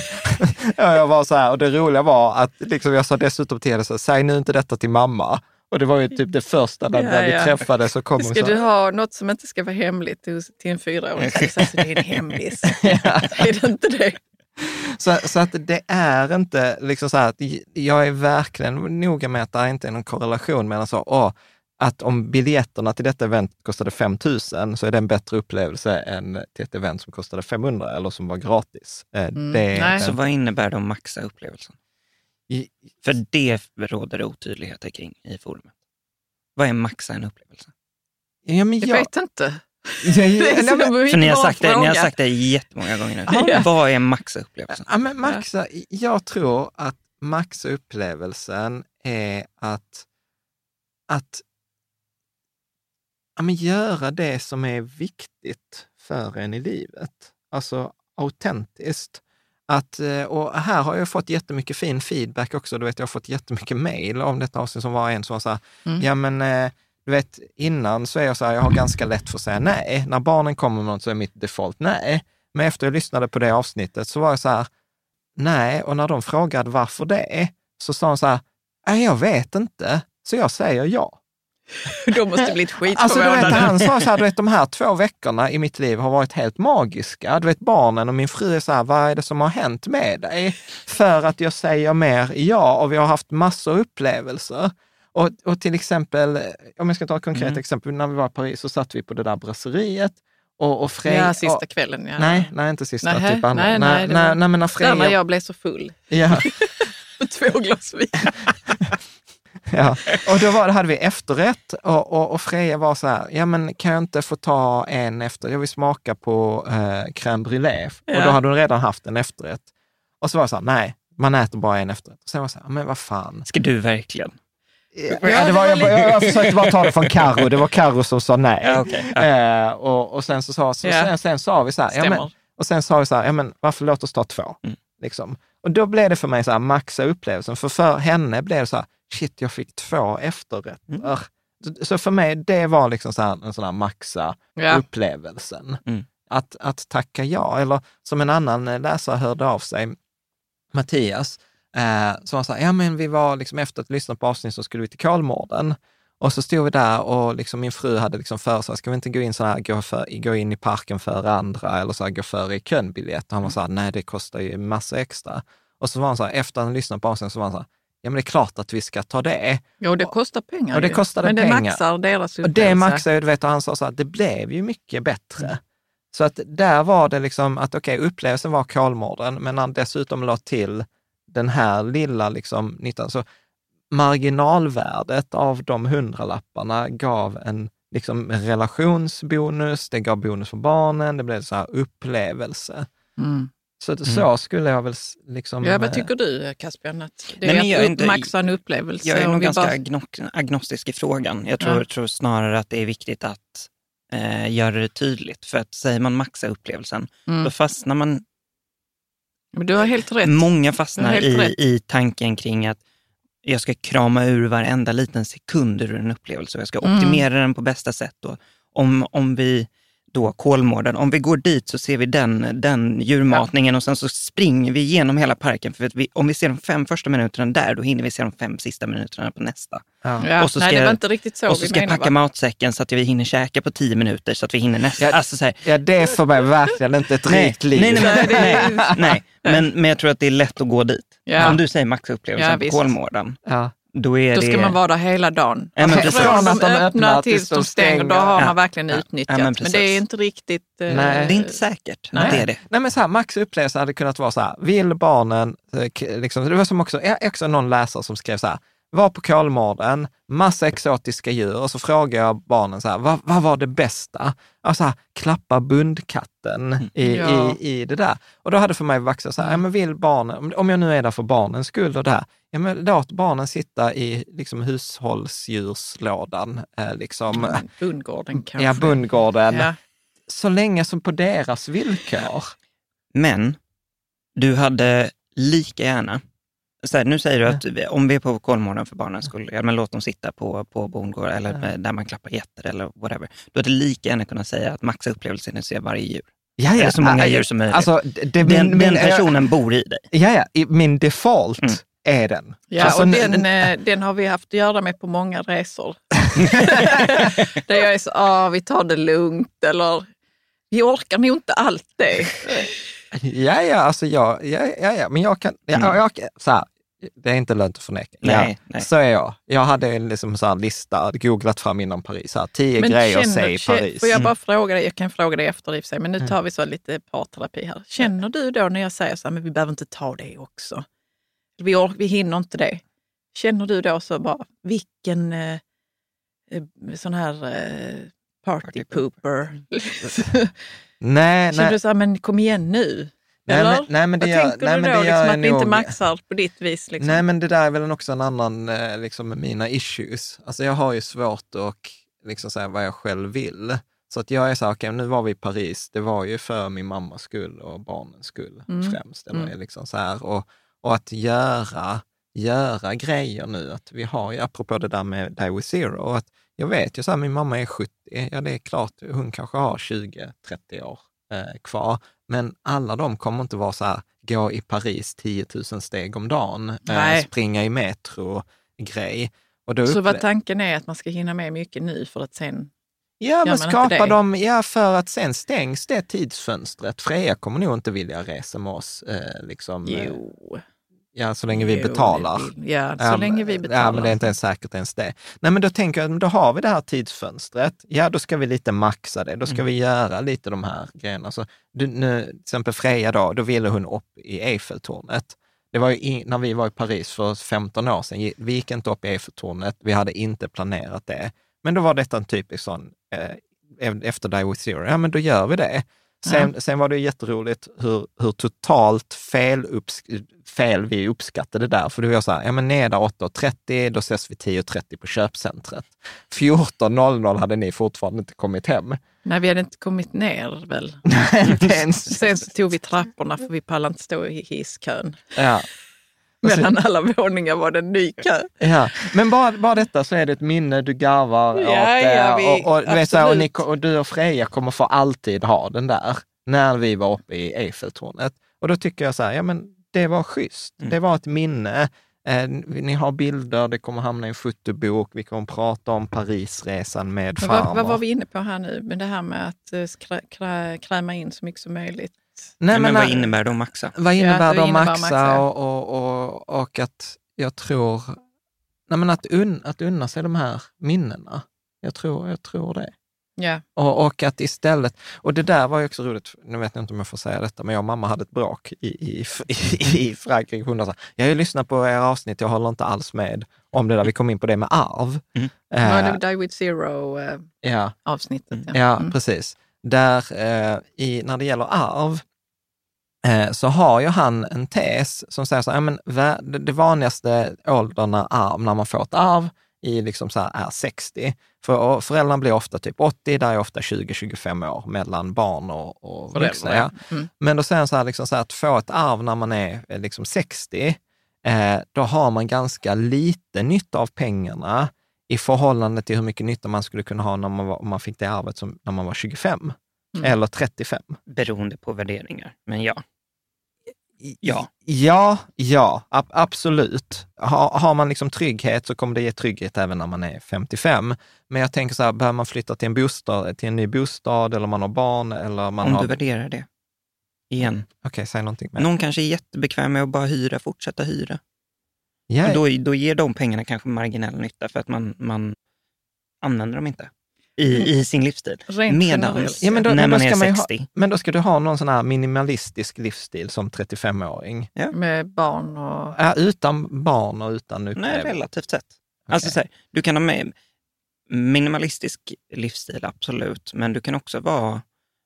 Ja, jag var så här, och det roliga var att liksom, jag sa dessutom till henne så här, säg nu inte detta till mamma. Och det var ju typ det första där, ja, där vi ja. träffades. Så kom ska så du ha något som inte ska vara hemligt till, till en fyraåring? Så alltså, det är en hemlis. Ja. Är det inte det? Så, så att det är inte liksom så här att jag är verkligen noga med att det inte är någon korrelation mellan så, åh, att om biljetterna till detta event kostade fem tusen så är det en bättre upplevelse än till ett event som kostade femhundra eller som var gratis. Mm, det, nej. Så vad innebär det att maxa upplevelsen? I, För det råder det otydligheter kring i forumet. Vad är maxa en upplevelse? Ja, men jag, jag vet inte. Ja, ja, ja, men, för ni har, sagt det, ni har sagt det jättemånga gånger nu. Ja. Vad är maxa upplevelsen? Ja, men maxa, jag tror att maxa upplevelsen är att, att ja, men göra det som är viktigt för en i livet. Alltså autentiskt. Att, och här har jag fått jättemycket fin feedback också. Du vet, jag har fått jättemycket mejl om detta avsnitt som var en som var så här, mm. ja men du vet, innan så är jag så här, jag har ganska lätt för att säga nej. När barnen kommer med något så är mitt default nej. Men efter jag lyssnade på det avsnittet så var jag så här, nej. Och när de frågade varför det, så sa de så här, nej jag vet inte. Så jag säger ja. De måste bli skit alltså, du vet, han sa så här, du vet, de här två veckorna i mitt liv har varit helt magiska. Du vet, barnen och min fru är så här, vad är det som har hänt med dig? För att jag säger mer ja, och vi har haft massor upplevelser. Och, och till exempel, om jag ska ta ett konkret mm. exempel, när vi var i Paris så satt vi på det där brasseriet. Och, och Freja, ja, sista och, kvällen. Ja. Nej, nej, inte sista. Nej, typ andra. nej, nej, nej, nej, nej, men när Freja... när jag blev så full. Ja. Två glas vin. Ja, och då var, hade vi efterrätt och, och, och Freja var så här, ja men kan jag inte få ta en efter, jag vill smaka på eh, crème brûlée. Ja. Och då hade hon redan haft en efterrätt. Och så var det så här, nej, man äter bara en efterrätt. Och sen var det så här, men vad fan. Ska du verkligen? Ja, det var, jag, jag, jag försökte bara ta det från Karo. Det var Karo som sa nej. Ja, okay. ja. eh, och, och sen så sa så, ja. sen, sen sa vi så här, ja, men, och sen sa vi så här, ja men varför låt oss ta två? Mm. Liksom. Och då blev det för mig så här, maxa upplevelsen. För för henne blev det så här, shit, jag fick två efterrätter. Mm. Så för mig, det var liksom så här, en sån här maxa ja. upplevelsen. Mm. Att, att tacka ja. Eller som en annan läsare hörde av sig, Mattias, eh, som var så här, ja men vi var liksom efter att lyssna på avsnitt så skulle vi till Kolmården. Och så stod vi där och liksom min fru hade liksom föreslagit, ska vi inte gå in så här, gå, för, gå in i parken för andra eller så här, gå före i könbiljett? Och han var så här, nej det kostar ju massa extra. Och så var han så här, efter att han lyssnat på avsnitt så var han så här, ja men det är klart att vi ska ta det. Jo, det kostar pengar. Och det kostade men det pengar. maxar deras upplevelse. Och det maxar, du vet, och han sa så här, det blev ju mycket bättre. Mm. Så att där var det liksom att okej, okay, upplevelsen var Kolmården, men han dessutom la till den här lilla liksom nyttan. Så marginalvärdet av de hundralapparna gav en liksom relationsbonus, det gav bonus för barnen, det blev så här upplevelse. Mm. Så, så mm. skulle jag väl liksom... Ja, vad tycker du, Caspian? Att det Nej, är att inte, maxa en upplevelse? Jag är nog ganska bara... agnostisk i frågan. Jag tror, ja. tror snarare att det är viktigt att eh, göra det tydligt. För att säger man maxa upplevelsen, mm. då fastnar man... Men du har helt rätt. Många fastnar i, i tanken kring att jag ska krama ur varenda liten sekund ur en upplevelse och jag ska optimera mm. den på bästa sätt. Och om, om vi då Kolmården, om vi går dit så ser vi den, den djurmatningen ja. och sen så springer vi igenom hela parken. För att vi, om vi ser de fem första minuterna där, då hinner vi se de fem sista minuterna på nästa. Ja. Ja. Och så ska, Nej, det var inte riktigt så och så ska jag packa va? matsäcken så att vi hinner käka på tio minuter så att vi hinner nästa. Ja, alltså, så här, ja det är för mig verkligen inte ett nej, rikt liv. Nej, nej, nej, nej, nej. Men, men jag tror att det är lätt att gå dit. Ja. Om du säger maxupplevelsen ja, på Kolmården. Ja. Då, är då ska det... man vara där hela dagen. Ja, men alltså, från att de öppnar tills de stänger, då har man ja. verkligen ja. utnyttjat. Ja, men, men det är inte riktigt... Nej. Det är inte säkert. Nej, det är det. Nej men så här, maxupplevelse hade kunnat vara så här, vill barnen, liksom, det var som också, också någon läsare som skrev så här, var på Kolmården, massa exotiska djur och så frågade jag barnen så här, vad, vad var det bästa? Alltså här, klappa bundkatten i, ja. i, i det där. Och då hade för mig vaxat så här, ja, men vill barnen, om jag nu är där för barnens skull och det här, ja men låt barnen sitta i liksom hushållsdjurslådan. Eh, liksom. Mm, bundgården kanske. Ja, bundgården. Ja. Så länge som på deras villkor. Men du hade lika gärna så här, nu säger du att ja. om vi är på Kolmården för barnens skull, ja, men låt dem sitta på, på bondgård eller ja. där man klappar getter eller whatever. Då hade lika gärna kunnat säga att maxa upplevelsen är att se varje djur. Ja, ja. Eller så många djur som möjligt. Alltså, det, den, min, den min, personen bor i dig. Ja, ja. Min default mm. är den. Ja, alltså, och den, den har vi haft att göra med på många resor. Där jag är så, ah, vi tar det lugnt eller vi orkar nog inte allt det. Ja, ja, alltså jag, ja, ja, ja, men jag kan, ja, mm. jag, så här, det är inte lönt att förneka. Nej, ja, nej. Så är jag. Jag hade en liksom så här lista, googlat fram inom Paris, här, tio men grejer att säga i Paris. Får jag bara fråga dig, jag kan fråga dig efter i och för sig, men nu tar vi så lite parterapi här. Känner du då när jag säger så här, men vi behöver inte ta det också? Vi, or- vi hinner inte det. Känner du då så bara, vilken eh, sån här eh, party pooper? nej, Känner nej. du så här, men kom igen nu? Nej, men, nej, men det Vad gör, tänker nej, du men då? det Liksom, att vi nog, inte maxar på ditt vis? Liksom. Nej, men det där är väl också en annan, liksom, med mina issues. Alltså jag har ju svårt att liksom, säga vad jag själv vill. Så att jag är så här, okej, okay, nu var vi i Paris. Det var ju för min mammas skull och barnens skull mm. främst. Eller, mm. liksom så här. Och, och att göra, göra grejer nu. Att vi har ju, apropå det där med Die with Zero, att jag vet ju så här, min mamma är sjuttio. Ja, det är klart, hon kanske har tjugo trettio år eh, kvar. Men alla de kommer inte vara så här, gå i Paris tio tusen steg om dagen, eh, springa i metro-grej. Och då så upple- vad tanken är att man ska hinna med mycket nu för att sen... Ja, men skapa dem, ja, för att sen stängs det tidsfönstret. Freja kommer nog inte vilja resa med oss. Eh, liksom, jo. Ja, så länge vi jo, betalar. Ja, så um, länge vi betalar. Ja, men det är inte ens säkert ens det. Nej, men då tänker jag att då har vi det här tidsfönstret. Ja, då ska vi lite maxa det. Då ska mm. vi göra lite de här grejerna. Så, du, nu, till exempel Freja då, då ville hon upp i Eiffeltornet. Det var ju in, när vi var i Paris för femton år sedan. Vi gick inte upp i Eiffeltornet. Vi hade inte planerat det. Men då var detta en typisk sån, eh, efter Die with Zero. Ja, men då gör vi det. Sen, Ja. sen var det jätteroligt hur, hur totalt fel, upps- fel vi uppskattade där. För det var så här, ja men ner där åtta och trettio, då ses vi tio och trettio på köpcentret. fjorton noll noll hade ni fortfarande inte kommit hem. Nej, vi hade inte kommit ner väl. Sen så tog vi trapporna för vi pallade inte stå i hisskön. Ja. Mellan alla våningar var det en ny kö. Ja, men bara, bara detta så är det ett minne, du garvar Ja, åt det. ja, vi- och, och, du vet, så här, och, ni, absolut. och du och Freja kommer få alltid ha den där när vi var uppe i Eiffeltornet. Och då tycker jag så här, ja men det var schysst. Mm. Det var ett minne. Eh, ni har bilder, det kommer hamna i en fotobok. Vi kommer prata om Parisresan med Men farmor. vad, vad var vi inne på här nu? Men det här med att eh, krä, krä, kräma in så mycket som möjligt. Nej, men, men vad äh, innebär det att maxa? Vad Ja, innebär att det det att innebär maxa, maxa. och, och, och, och att jag tror... Nej, men att, un, att unna sig de här minnena. Jag tror, jag tror det. Ja. Och, och att istället... Och det där var ju också roligt, nu vet jag inte om jag får säga detta, men jag och mamma hade ett brak i, i, i, i Frankrike. Hon sa, jag har ju lyssnat på era avsnitt, jag håller inte alls med om det där. Vi kom in på det med arv. Mm. Var Eh, det Die with Zero eh, ja. avsnittet? Ja, Mm. precis. Där eh, i, när det gäller arv eh, så har ju han en tes som säger så här, ja, men vä- det, det vanligaste åldern när, arv, när man får ett arv i liksom så här är sextio. För och föräldrarna blir ofta typ åttio, där är ofta tjugo till tjugofem år mellan barn och, och vuxna. Ja. Mm. Men då säger han så här, liksom så här, att få ett arv när man är eh, liksom sextio, eh, då har man ganska lite nytta av pengarna i förhållande till hur mycket nytta man skulle kunna ha när man, var, om man fick det arvet som när man var tjugofem Mm. eller trettiofem. Beroende på värderingar, men ja. Ja. Ja, ja, ab- absolut. Ha, har man liksom trygghet så kommer det ge trygghet även när man är femtiofem. Men jag tänker så här, behöver man flytta till en bostad, till en ny bostad, eller man har barn, eller man Om har... du värderar det. Igen. Okej, säg någonting mer. Någon kanske är jättebekväm med att bara hyra, fortsätta hyra. Ja, Och då, då ger de pengarna kanske marginell nytta för att man, man använder dem inte i, i sin livsstil. Rent Medan generellt. Ja, men då- när men då man ska är man ju ha- sextio. men då ska du ha någon sån här minimalistisk livsstil som trettiofemåring. Med barn och... Ja, utan barn och utan Nej, upplevelse. relativt sett. Alltså så här, du kan ha med minimalistisk livsstil, absolut. Men du kan också vara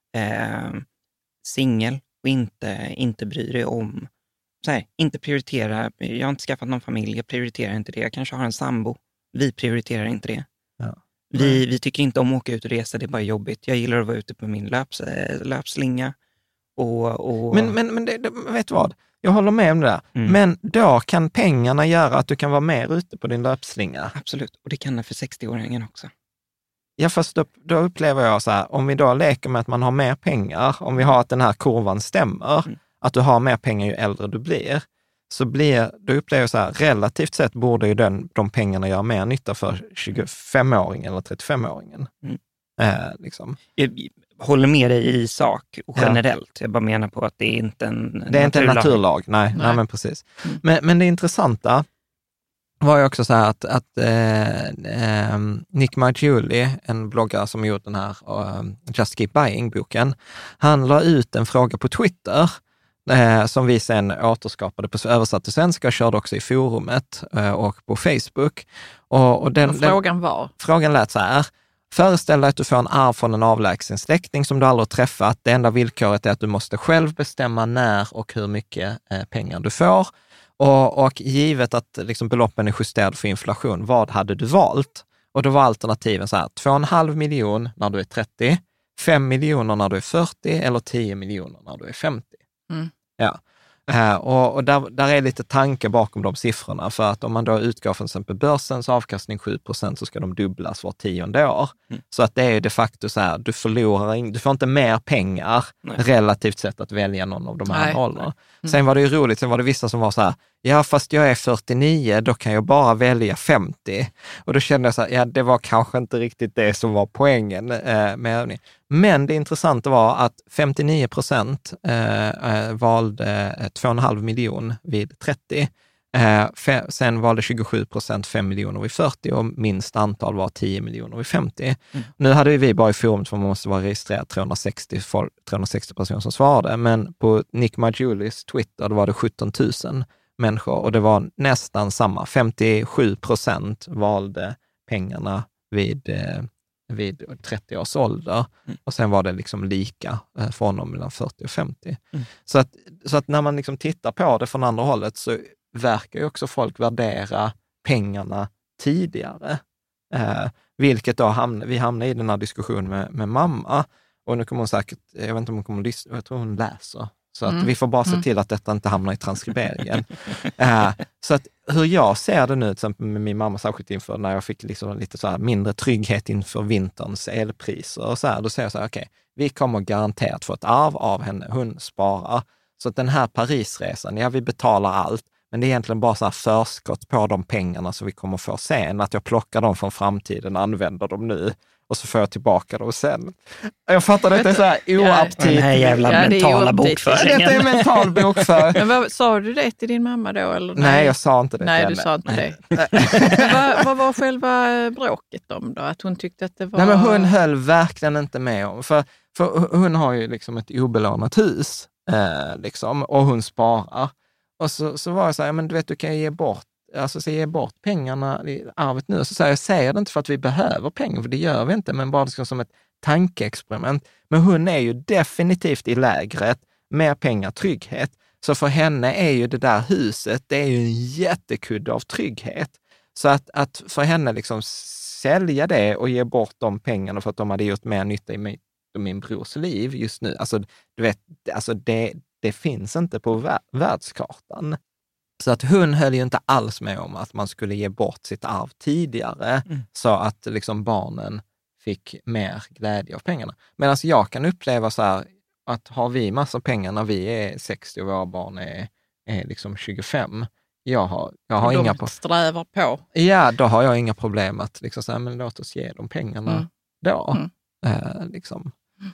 eh, singel och inte, inte bry dig om, så här, inte prioritera. Jag har inte skaffat någon familj, jag prioriterar inte det. Jag kanske har en sambo. Vi prioriterar inte det. Ja. Vi, vi tycker inte om att åka ut och resa, det är bara jobbigt. Jag gillar att vara ute på min löps, löpslinga. Och, och... Men, men, men det, det, vet du vad? Jag håller med om det där. Mm. Men då kan pengarna göra att du kan vara mer ute på din löpslinga. Absolut, och det kan det för sextio-åringen också. Ja, fast då, då upplever jag så här, om vi då leker med att man har mer pengar, om vi har att den här kurvan stämmer, Mm. att du har mer pengar ju äldre du blir, så blir, då upplever jag så här, relativt sett borde ju den, de pengarna göra mer nytta för tjugofemåringen eller trettiofemåringen. Mm. Eh, liksom. Jag håller med dig i sak och Ja. generellt. Jag bara menar på att det är inte en Det är inte en naturlag, nej, nej. Nej. men precis. Mm. Men, men det intressanta var ju också så här att, att eh, eh, Nick Margiuli, en bloggare som gjort den här eh, Just Keep Buying-boken, han la ut en fråga på Twitter eh, som vi sen återskapade på översatt till svenska och körde också i forumet eh, och på Facebook. Och, och den, Och frågan var? Den, frågan lät så här: föreställ dig att du får en arv från en avlägsen släkting som du aldrig har träffat. Det enda villkoret är att du måste själv bestämma när och hur mycket eh, pengar du får. Och, och givet att liksom beloppen är justerade för inflation, vad hade du valt? Och då var alternativen så här: två och en halv miljon när du är trettio, fem miljoner när du är fyrtio eller tio miljoner när du är femtio. Mm. Ja. Uh, och och där, där är lite tanke bakom de siffrorna, för att om man då utgår från exempel börsens avkastning sju procent så ska de dubblas var tionde år. Mm. Så att det är de facto så här, du förlorar, in, du får inte mer pengar Nej. relativt sett att välja någon av de här Nej. åldrarna. Mm. Sen var det ju roligt, sen var det vissa som var så här, ja fast jag är fyrtionio, då kan jag bara välja femtio. Och då kände jag så här, ja det var kanske inte riktigt det som var poängen eh, med övningen. Men det intressanta var att femtionio procent eh, valde eh, två och en halv miljon vid trettio. Eh, fe, sen valde tjugosju procent fem miljoner vid fyrtio och minst antal var tio miljoner vid femtio. Mm. Nu hade vi bara i forumet, för man måste vara registrerad, trehundrasextio, folk, trehundrasextio personer som svarade, men på Nick Margiulis Twitter då var det sjutton tusen människor och det var nästan samma. femtiosju procent valde pengarna vid, eh, vid trettio års ålder. Mm. Och sen var det liksom lika eh, för honom mellan fyrtio och femtio. Mm. Så, att, så att när man liksom tittar på det från andra hållet så verkar ju också folk värdera pengarna tidigare. Eh, vilket då hamn, vi hamnar i den här diskussionen med, med mamma. Och nu kommer hon säkert, jag vet inte om hon kommer att lyssna, jag tror hon läser. Så att mm. vi får bara se till att detta inte hamnar i transkriberingen. uh, så att hur jag ser det nu, till exempel med min mamma, särskilt inför när jag fick liksom lite så här mindre trygghet inför vinterns elpriser och så här, då säger jag så här, okej, okay, vi kommer garanterat få ett arv av henne, hon sparar. Så att den här Parisresan, ja vi betalar allt, men det är egentligen bara så här förskott på de pengarna som vi kommer få sen, att jag plockar dem från framtiden och använder dem nu. Och så får jag tillbaka dem sen. Jag fattar att det är så här oaptit. Den här jävla ja, mentala bokföringen. Det är mental bokföring. Men vad, sa du det till din mamma då? Eller? Nej, nej jag sa inte det. Nej, du sa inte det. vad, vad var själva bråket om då? Att hon tyckte att det var... Nej, men hon höll verkligen inte med om. För, för hon har ju liksom ett obelånat hus. Eh, liksom, och hon sparar. Och så, så var jag så här, men du vet, du kan ge bort Alltså så ge bort pengarna i arvet nu. Så säger jag, säger det inte för att vi behöver pengar, för det gör vi inte, men bara liksom som ett tankeexperiment. Men hon är ju definitivt i lägret, mer pengar, trygghet. Så för henne är ju det där huset, det är ju en jättekudde av trygghet. Så att, att för henne liksom sälja det och ge bort de pengarna för att de hade gjort mer nytta i min, i min brors liv just nu. Alltså du vet, alltså det, det finns inte på vär, världskartan. Så att hon höll ju inte alls med om att man skulle ge bort sitt arv tidigare mm. så att liksom barnen fick mer glädje av pengarna. Medan jag kan uppleva så här att har vi massa pengar när vi är sextio och våra barn är, är liksom tjugofem. Jag har, jag har de inga på... strävar på. Ja, då har jag inga problem att liksom säga, men låt oss ge dem pengarna mm. då. Mm. Eh, liksom.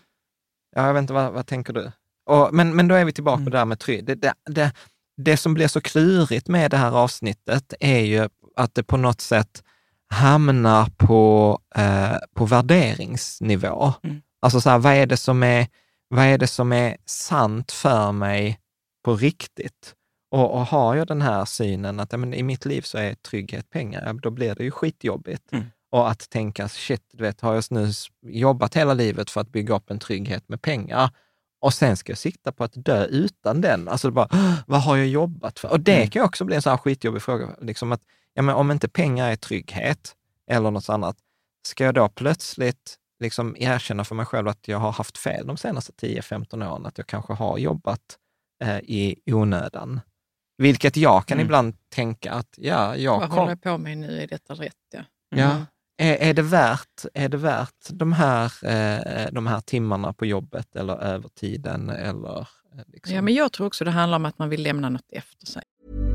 Ja, jag vet inte, vad, vad tänker du? Och, men, men då är vi tillbaka mm. på det där med trygghet. Det, det, det, Det som blir så klurigt med det här avsnittet är ju att det på något sätt hamnar på, eh, på värderingsnivå. Mm. Alltså så här, vad är det som är, vad är det som är sant för mig på riktigt? Och, och har jag den här synen att ja, men i mitt liv så är trygghet pengar, då blir det ju skitjobbigt. Mm. Och att tänka, shit, du vet, har jag nu jobbat hela livet för att bygga upp en trygghet med pengar? Och sen ska jag sikta på att dö utan den. Alltså bara, vad har jag jobbat för? Och det mm. kan ju också bli en sån här skitjobbig fråga. Liksom att, ja, men om inte pengar är trygghet eller något annat, ska jag då plötsligt liksom erkänna för mig själv att jag har haft fel de senaste tio femton åren? Att jag kanske har jobbat eh, i onödan. Vilket jag kan mm. ibland tänka att, ja, jag Vad kom... håller jag på med nu? Är detta rätt? Ja. Mm. ja. Är, är, det värt, är det värt de här, eh, de här timmarna på jobbet eller övertiden? Eller, liksom? Ja, men jag tror också det handlar om att man vill lämna något efter sig.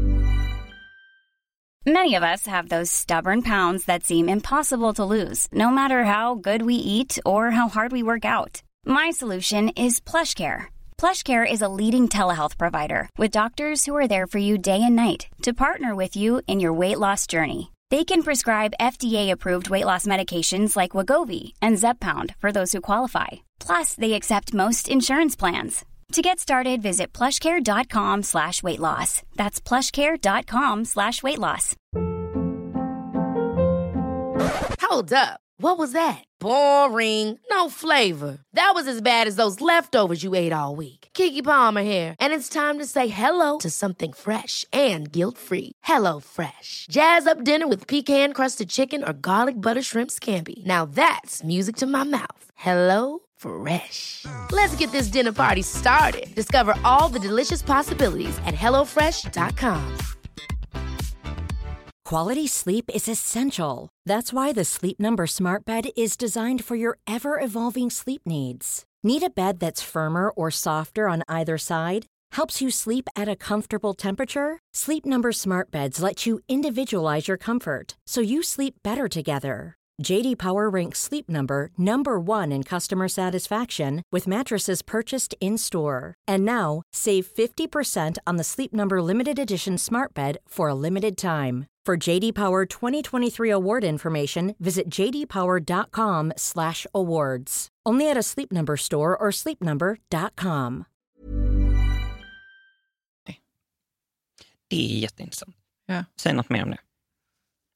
Many of us have those stubborn pounds that seem impossible to lose, no matter how good we eat or how hard we work out. My solution is PlushCare. PlushCare is a leading telehealth provider with doctors who are there for you day and night to partner with you in your weight loss journey. They can prescribe F D A-approved weight loss medications like Wegovy and Zepbound for those who qualify. Plus, they accept most insurance plans. To get started, visit plushcare.com slash weight loss. That's plushcare.com slash weight loss. Hold up. What was that? Boring. No flavor. That was as bad as those leftovers you ate all week. Keke Palmer here, and it's time to say hello to something fresh and guilt-free. Hello Fresh. Jazz up dinner with pecan-crusted chicken or garlic butter shrimp scampi. Now that's music to my mouth. Hello Fresh. Let's get this dinner party started. Discover all the delicious possibilities at hello fresh dot com. Quality sleep is essential. That's why the Sleep Number Smart Bed is designed for your ever-evolving sleep needs. Need a bed that's firmer or softer on either side? Helps you sleep at a comfortable temperature? Sleep Number Smart Beds let you individualize your comfort, so you sleep better together. J D Power ranks Sleep Number number one in customer satisfaction with mattresses purchased in-store. And now, save fifty percent on the Sleep Number Limited Edition Smart Bed for a limited time. For J D Power twenty twenty-three award information, visit j d power dot com slash awards. Only at a Sleep Number store or sleep number dot com. Det är jätteintressant. Ja. Säg något mer om det.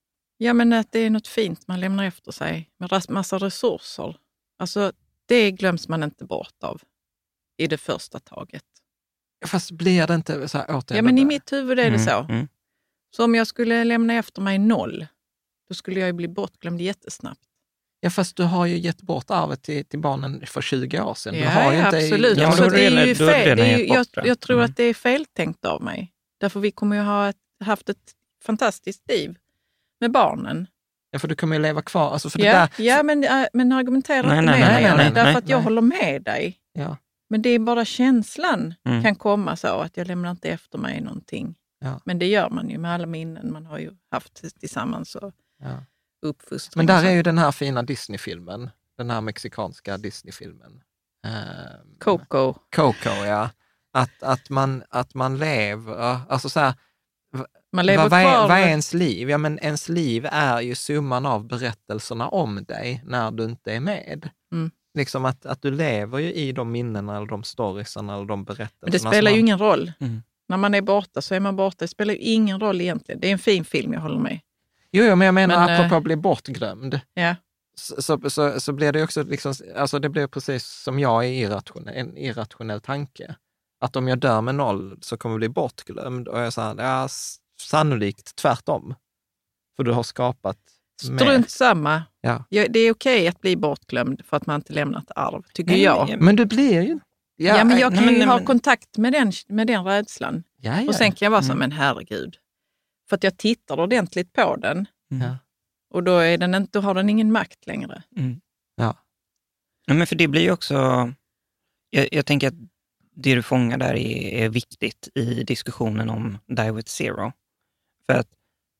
Ja, men att det är något fint man lämnar efter sig med massa resurser. Alltså, det glöms man inte bort av i det första taget. Fast blir det inte så här återigen? Ja, men i mitt huvud är det Mm, så. mm. Så om jag skulle lämna efter mig noll, då skulle jag ju bli bortglömd jättesnabbt. Ja, fast du har ju gett bort arvet till, till barnen för tjugo år sedan. Du Ja, har ju ja, inte, absolut. Ja, men Så då är det är det- ju då är det fel. redan Det är ju, gett bort jag, det. jag tror Mm. att det är feltänkt av mig. Därför vi kommer ju ha ett, haft ett fantastiskt liv med barnen. ja, för du kommer ju leva kvar. Alltså för Ja, det där, ja men, äh, men argumentera Nej, inte nej, med nej, mig. nej, nej, därför nej, att jag nej. håller med dig. ja, Men det är bara känslan Mm. kan komma så att jag lämnar inte efter mig någonting. Ja. Men det gör man ju med alla minnen man har ju haft tillsammans och ja. uppfostran. Men där och så. är ju den här fina Disney-filmen. Den här mexikanska Disney-filmen. Ehm, Coco. Coco, ja. Att, att, man, att man lever, alltså så här, Man lever vad, vad, är, kvar. vad är ens liv? Ja, men ens liv är ju summan av berättelserna om dig när du inte är med. Mm. Liksom att, att du lever ju i de minnena eller de storiesarna eller de berättelserna. Men det spelar som ju man, ingen roll. Mm. När man är borta så är man borta. Det spelar ju ingen roll egentligen. Det är en fin film, jag håller med. Jo, jo, men jag menar Men, apropå eh, att bli bortglömd. Ja. Så, så, så, så blir det också liksom, alltså det blir precis som jag är irrationell, en irrationell tanke. Att om jag dör med noll så kommer jag bli bortglömd. Och jag säger, ja, sannolikt tvärtom. För du har skapat mer. Strunt samma. Ja. Ja, det är okej att bli bortglömd för att man inte lämnat arv, tycker Nej, jag. men- Men du blir ju... Ja, men jag nej, kan men- ju nej, ha men- kontakt med den, med den rädslan. Ja, ja. Och sen kan jag vara så, Mm. men herregud. För att jag tittar ordentligt på den Ja. och då, är den inte, då har den ingen makt längre. Mm. Ja. Ja, men för det blir ju också... Jag, jag tänker att det du fångar där är, är viktigt i diskussionen om Die with Zero. För att,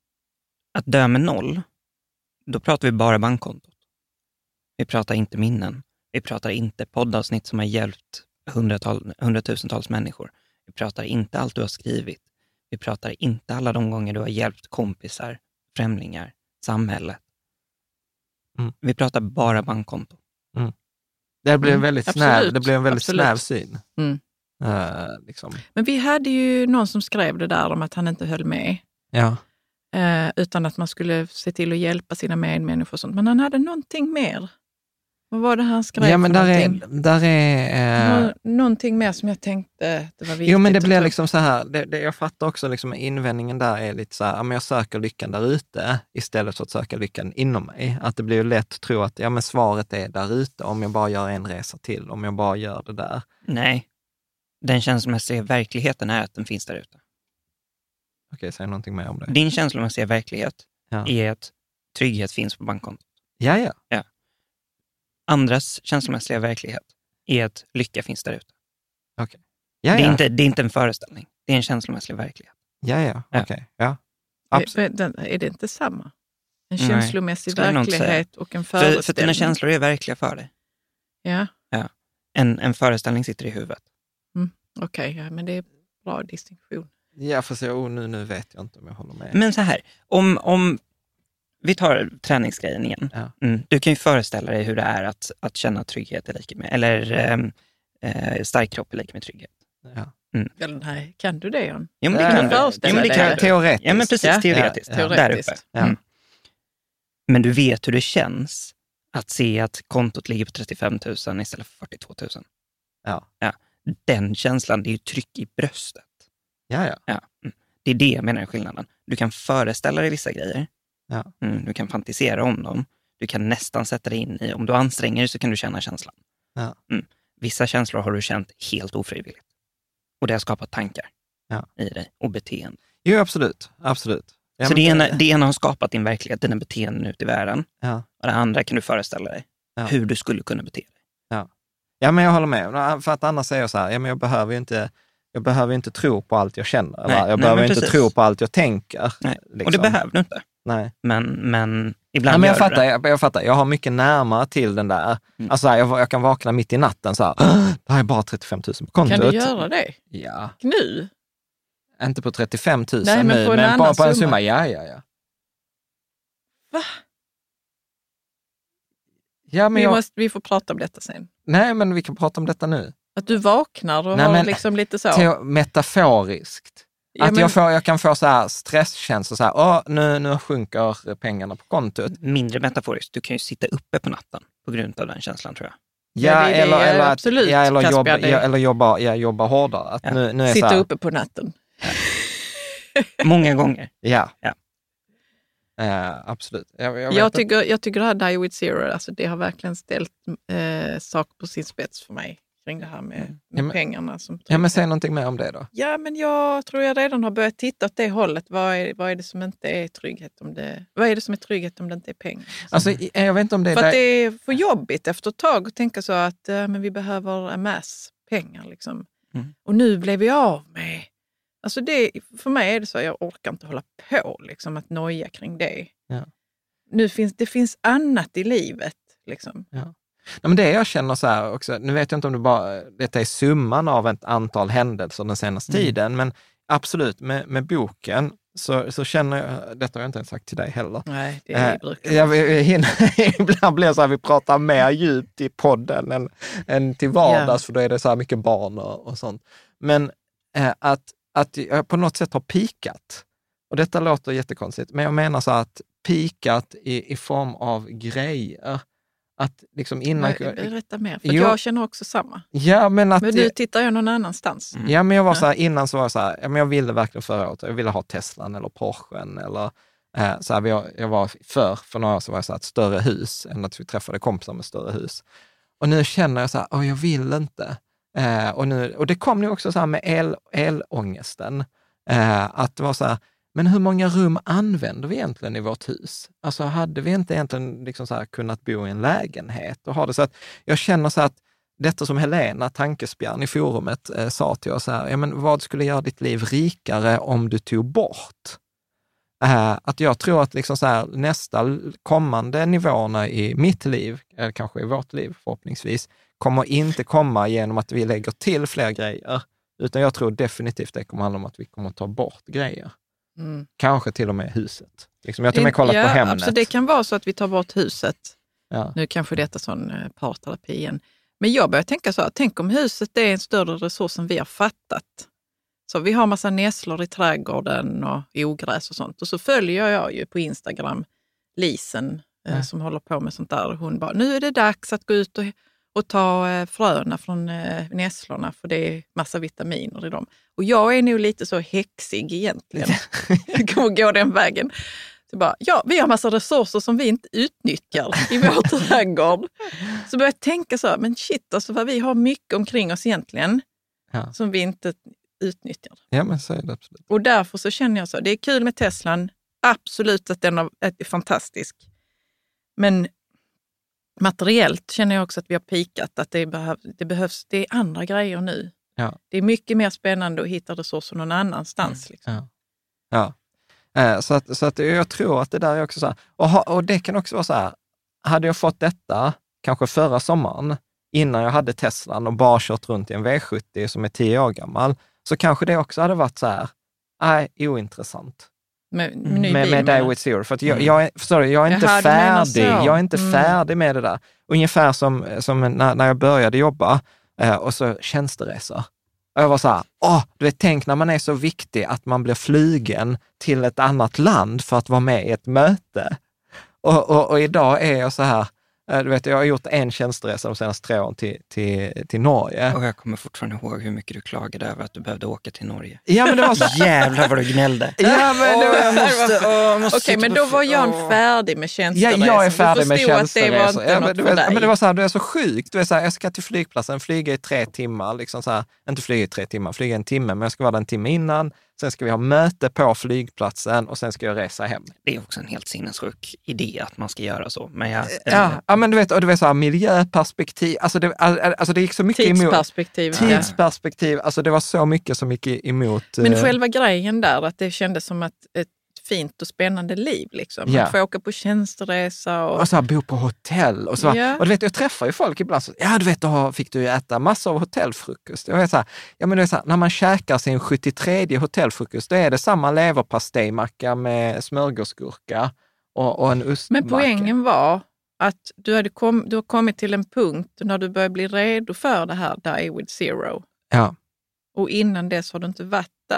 att dö med noll, då pratar vi bara bankkontot. Vi pratar inte minnen. Vi pratar inte poddavsnitt som har hjälpt hundratal, hundratusentals människor. Vi pratar inte allt du har skrivit. Vi pratar inte alla de gånger du har hjälpt kompisar, främlingar, samhället. Mm. Vi pratar bara bankkonto. Det blir en Mm, väldigt absolut, snäv, det blir en väldigt absolut. snäv syn. Mm. Uh, liksom. Men vi hade ju någon som skrev det där om att han inte höll med. Ja. Eh, utan att man skulle se till att hjälpa sina medmänniskor och sånt. Men han hade någonting mer. Vad var det han skrev Ja, men för där är, någonting? där är eh, Nå- någonting mer som jag tänkte det var viktigt. jo, men det att blir ta upp. liksom så här, det, det, jag fattar också liksom invändningen där är lite så här, ja, men jag söker lyckan där ute istället för att söka lyckan inom mig. Att det blir ju lätt att tro att ja, men svaret är där ute om jag bara gör en resa till, om jag bara gör det där. Nej, den känslomässiga verkligheten är att den finns där ute. Okej, säg någonting mer om det. Din känslomässiga verklighet Ja, är att trygghet finns på bankkontot. ja. ja. Andras känslomässiga verklighet är att lycka finns där ute. ja, Det, är ja. inte, det är inte en föreställning, det är en känslomässig verklighet. ja, ja. Ja. okej. Ja. Är, Absolut. är det inte samma? En Nej, känslomässig skulle jag nog inte verklighet och en För, föreställning. för att dina känslor är verkliga för dig. Ja, En, en föreställning sitter i huvudet. okej. ja, men det är bra distinktion. Ja, för så, oh, nu, nu vet jag inte om jag håller med. Men så här, om, om vi tar träningsgrejen igen. Ja. Mm, du kan ju föreställa dig hur det är att, att känna trygghet är lika med, eller ehm, eh, stark kropp är lika med trygghet. Ja. Eller nej, kan du det, Jan? Ja, men det Ja, kan du. föreställa Ja, men det dig kan det. du. Teoretiskt. Ja, men precis, Ja, teoretiskt. ja, ja. Där Teoretiskt. uppe. Ja. Mm. Men du vet hur det känns att se att kontot ligger på trettiofem tusen istället för fyrtiotvå tusen. Ja. Den känslan, det är ju tryck i bröstet. Ja, ja. Ja. Mm. Det är det jag menar är skillnaden. Du kan föreställa dig vissa grejer. Ja. Mm, du kan fantisera om dem. Du kan nästan sätta dig in i, om du anstränger dig så kan du känna känslan. Ja. Mm. Vissa känslor har du känt helt ofrivilligt. Och det har skapat tankar Ja. i dig och beteende. Jo, absolut. Absolut. Ja, så men det ena, det ena har skapat din verklighet, dina beteenden ut i världen. Ja. Och det andra kan du föreställa dig Ja. hur du skulle kunna bete dig. Ja, men jag håller med. För att annars säger jag så här, ja, men jag behöver ju inte, jag behöver inte tro på allt jag känner. Nej, eller? Jag nej, behöver men inte precis. tro på allt jag tänker. Nej. Liksom. Och det behöver du inte. Nej. Men, men ibland Ja, men jag, gör fattar, du det. jag, jag fattar, jag har mycket närmare till den där. Mm. Alltså, jag, jag kan vakna mitt i natten så här, det här är bara trettiofem tusen på kontot. Kan du göra det? Ja, Nu? inte på trettiofem tusen Nej, men nu, på en men annan bara på en summa. summa. Ja, ja, ja. Va? Ja, men Vi, jag, måste, vi får prata om detta sen. nej, men vi kan prata om detta nu. Att du vaknar och Nej, har men- liksom lite så. Teo- metaforiskt. Ja, att men... jag, får, jag kan få så här stresskänslor, så här, åh, nu, nu sjunker pengarna på kontot. Mindre metaforiskt, du kan ju sitta uppe på natten på grund av den känslan, tror jag. Ja, Ja, det, det eller, eller, absolut, ja, eller, Kasper, jobba, det... ja, eller jobba, ja, jobba hårdare. Att ja. nu, nu är Sitta så här, uppe på natten. Många gånger. Ja, ja. Uh, absolut. Jag, jag, jag, tycker, jag tycker det här Die with Zero, alltså det har verkligen ställt eh, saker på sin spets för mig kring det här med, med ja, men, pengarna. Som ja, men säg någonting mer om det då. Ja, men jag tror jag redan har börjat titta åt det hållet. Vad är, vad är det som inte är trygghet om det, vad är det som är trygghet om det inte är pengar? Alltså, jag vet inte om det är... För att det är för jobbigt efter ett tag att tänka så att äh, men vi behöver en mass pengar. Liksom. Mm. Och nu blev vi av med... Alltså det, för mig är det så att jag orkar inte hålla på liksom, att noja kring det. Ja. Nu finns, det finns annat i livet. Liksom. Ja. Nej, men det jag känner så här också, nu vet jag inte om det bara, detta är summan av ett antal händelser den senaste mm. tiden, men absolut med, med boken så, så känner jag, detta har jag inte ens sagt till dig heller. Nej, det är eh, brukar jag, jag, ibland blir det så här, vi pratar mer djupt i podden än, än till vardags, yeah. för då är det så här mycket barn och, och sånt. Men eh, att, att jag på något sätt har pikat, och detta låter jättekonstigt, men jag menar så att pikat i, i form av grejer. Att liksom innan... Berätta mer, för jag känner också samma. Ja, men att... Men nu tittar jag någon annanstans. Mm. Ja, men jag var så här, innan så var jag så här, ja, men jag ville verkligen förra året, jag ville ha Teslan eller Porschen eller eh, så här, jag, jag var för, för några år så var jag så här, ett större hus än att vi träffade kompisar med större hus. Och nu känner jag så här, åh, jag vill inte. Eh, och, nu, och det kom nu också så här med el, elångesten. Eh, att det var så här, men hur många rum använder vi egentligen i vårt hus? Alltså hade vi inte egentligen liksom så här kunnat bo i en lägenhet och ha det så att jag känner så att detta som Helena Tankesbjörn i forumet eh, sa till oss här, ja men vad skulle göra ditt liv rikare om du tog bort? Eh, att jag tror att liksom så här, nästa kommande nivåerna i mitt liv, eller kanske i vårt liv förhoppningsvis, kommer inte komma genom att vi lägger till fler grejer, utan jag tror definitivt det kommer handla om att vi kommer ta bort grejer. Mm. Kanske till och med huset. Liksom, jag har till och med kollat ja, på Hemnet. Absolut, det kan vara så att vi tar bort huset. Ja. Nu kanske detta är sån eh, parterapi igen. Men jag börjar tänka så här, tänk om huset är en större resurs än vi har fattat. Så vi har massa nässlor i trädgården och ogräs och sånt. Och så följer jag ju på Instagram Lisen eh, ja. som håller på med sånt där. Hon bara, nu är det dags att gå ut och, och ta eh, fröna från eh, nässlorna för det är massa vitaminer i dem. Och jag är nog lite så häxig egentligen. Jag kommer gå den vägen. Så bara, ja, vi har massa resurser som vi inte utnyttjar i vår trädgård. Så börjar jag tänka så här, men shit, alltså vad vi har mycket omkring oss egentligen ja. som vi inte utnyttjar. Ja, men så är det absolut. Och därför så känner jag så, det är kul med Teslan. Absolut att den är fantastisk. Men materiellt känner jag också att vi har pikat, att det, behöv, det behövs, det är andra grejer nu. Ja. Det är mycket mer spännande att hitta resurser någon annanstans. Liksom. Ja. Ja. Eh, så, att, så att jag tror att det där är också så här, och, ha, och det kan också vara så här, hade jag fått detta kanske förra sommaren, innan jag hade Teslan och bara kört runt i en V sjuttio som är tio år gammal, så kanske det också hade varit så här, nej, ointressant. Med, med, med, med Die with Zero. För att jag, jag, sorry, jag är inte Jaha, färdig. Jag är inte mm. färdig med det där. Ungefär som, som när, när jag började jobba eh, och så tjänsteresor. Och jag var så här, åh, du vet, tänk när man är så viktig att man blir flygen till ett annat land för att vara med i ett möte. Och, och, och idag är jag så här, du vet, jag har gjort en tjänsteresa de senaste tre åren till, till, till Norge. Och jag kommer fortfarande ihåg hur mycket du klagade över att du behövde åka till Norge. Ja, men det var så... Jävlar vad du gnällde. Ja, men det var... jag måste, åh, måste Okej, men då var Jan färdig med tjänsteresor. Ja, jag är färdig med tjänsteresor. Ja, men, du vet, men det var så här, det är så sjukt. Du vet, så här, jag ska till flygplatsen, flyga i tre timmar. Liksom så här, inte flyga i tre timmar, flyga en timme, men jag ska vara där en timme innan. Sen ska vi ha möte på flygplatsen och sen ska jag resa hem. Det är också en helt sinnessjuk idé att man ska göra så. Men jag, ja, ja, men du vet, och du vet så här, miljöperspektiv, alltså det, alltså det gick så mycket tidsperspektiv, emot. Tidsperspektiv. Alltså det var så mycket som gick emot. Men själva grejen där, att det kändes som att ett fint och spännande liv. Liksom. Ja. Att få åka på tjänsteresa. Och, och så här, bo på hotell. Och, så, ja. och du vet, jag träffar ju folk ibland. Så, ja, du vet, då fick du ju äta massor av hotellfrukost. Jag vet, så här, ja, men det är så här, när man käkar sin sjuttiotredje hotellfrukost, då är det samma leverpastejmacka med smörgåsgurka och, och en ostmacka. Men poängen var att du, hade kom, du har kommit till en punkt när du börjar bli redo för det här Die with Zero. Ja. Och innan dess har du inte varit där.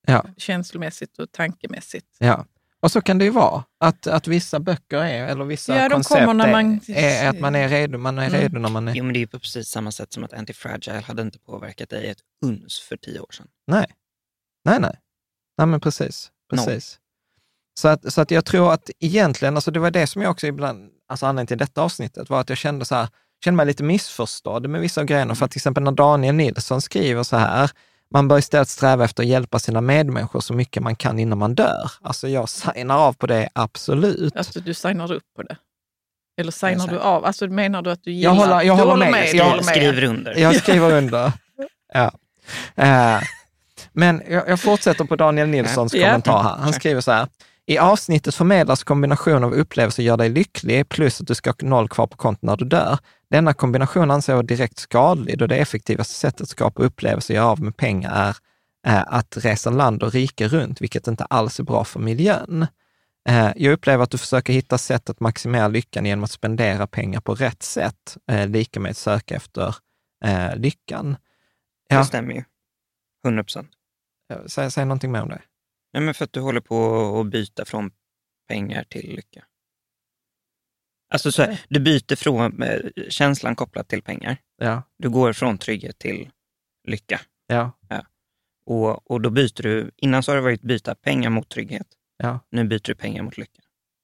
Ja. Känslomässigt och tankemässigt. Ja. Och så kan det ju vara, att, att vissa böcker är, eller vissa ja, koncept när man... är, är att man är redo, man är redo mm. när man är... Jo, men det är ju på precis samma sätt som att Antifragile hade inte påverkat dig ett uns för tio år sedan. Nej, nej, nej. Nej, men precis. precis. Så att, så att jag tror att egentligen, alltså det var det som jag också ibland, alltså anledningen till detta avsnittet, var att jag kände så här, kände mig lite missförstådd med vissa grejer. Mm. För att till exempel när Daniel Nilsson skriver så här, man bör istället sträva efter att hjälpa sina medmänniskor så mycket man kan innan man dör. Alltså jag signar av på det, absolut. Alltså du signar upp på det? Eller signar du av? Alltså menar du att du gillar? Jag håller, jag håller, håller med. med. Jag, jag skriver under. Jag skriver under. Ja. Uh, men jag, jag fortsätter på Daniel Nilssons ja. kommentar här. Han skriver så här. I avsnittet förmedlas kombination av upplevelser gör dig lycklig plus att du ska ha noll kvar på kontot när du dör. Denna kombination anser jag direkt skadlig då det effektivaste sättet att skapa upplevelser och göra av med pengar är, är att resa land och rike runt, vilket inte alls är bra för miljön. Eh, jag upplever att du försöker hitta sätt att maximera lyckan genom att spendera pengar på rätt sätt, eh, lika med att söka efter eh, lyckan. Ja. Det stämmer ju. hundra procent. Säg, säg någonting mer om det. Nej, men för att du håller på att byta från pengar till lycka. Alltså så här, du byter från eh, känslan kopplat till pengar. Ja. Du går från trygghet till lycka. Ja. Ja. Och, och då byter du, innan så har det varit byta pengar mot trygghet. Ja. Nu byter du pengar mot lycka.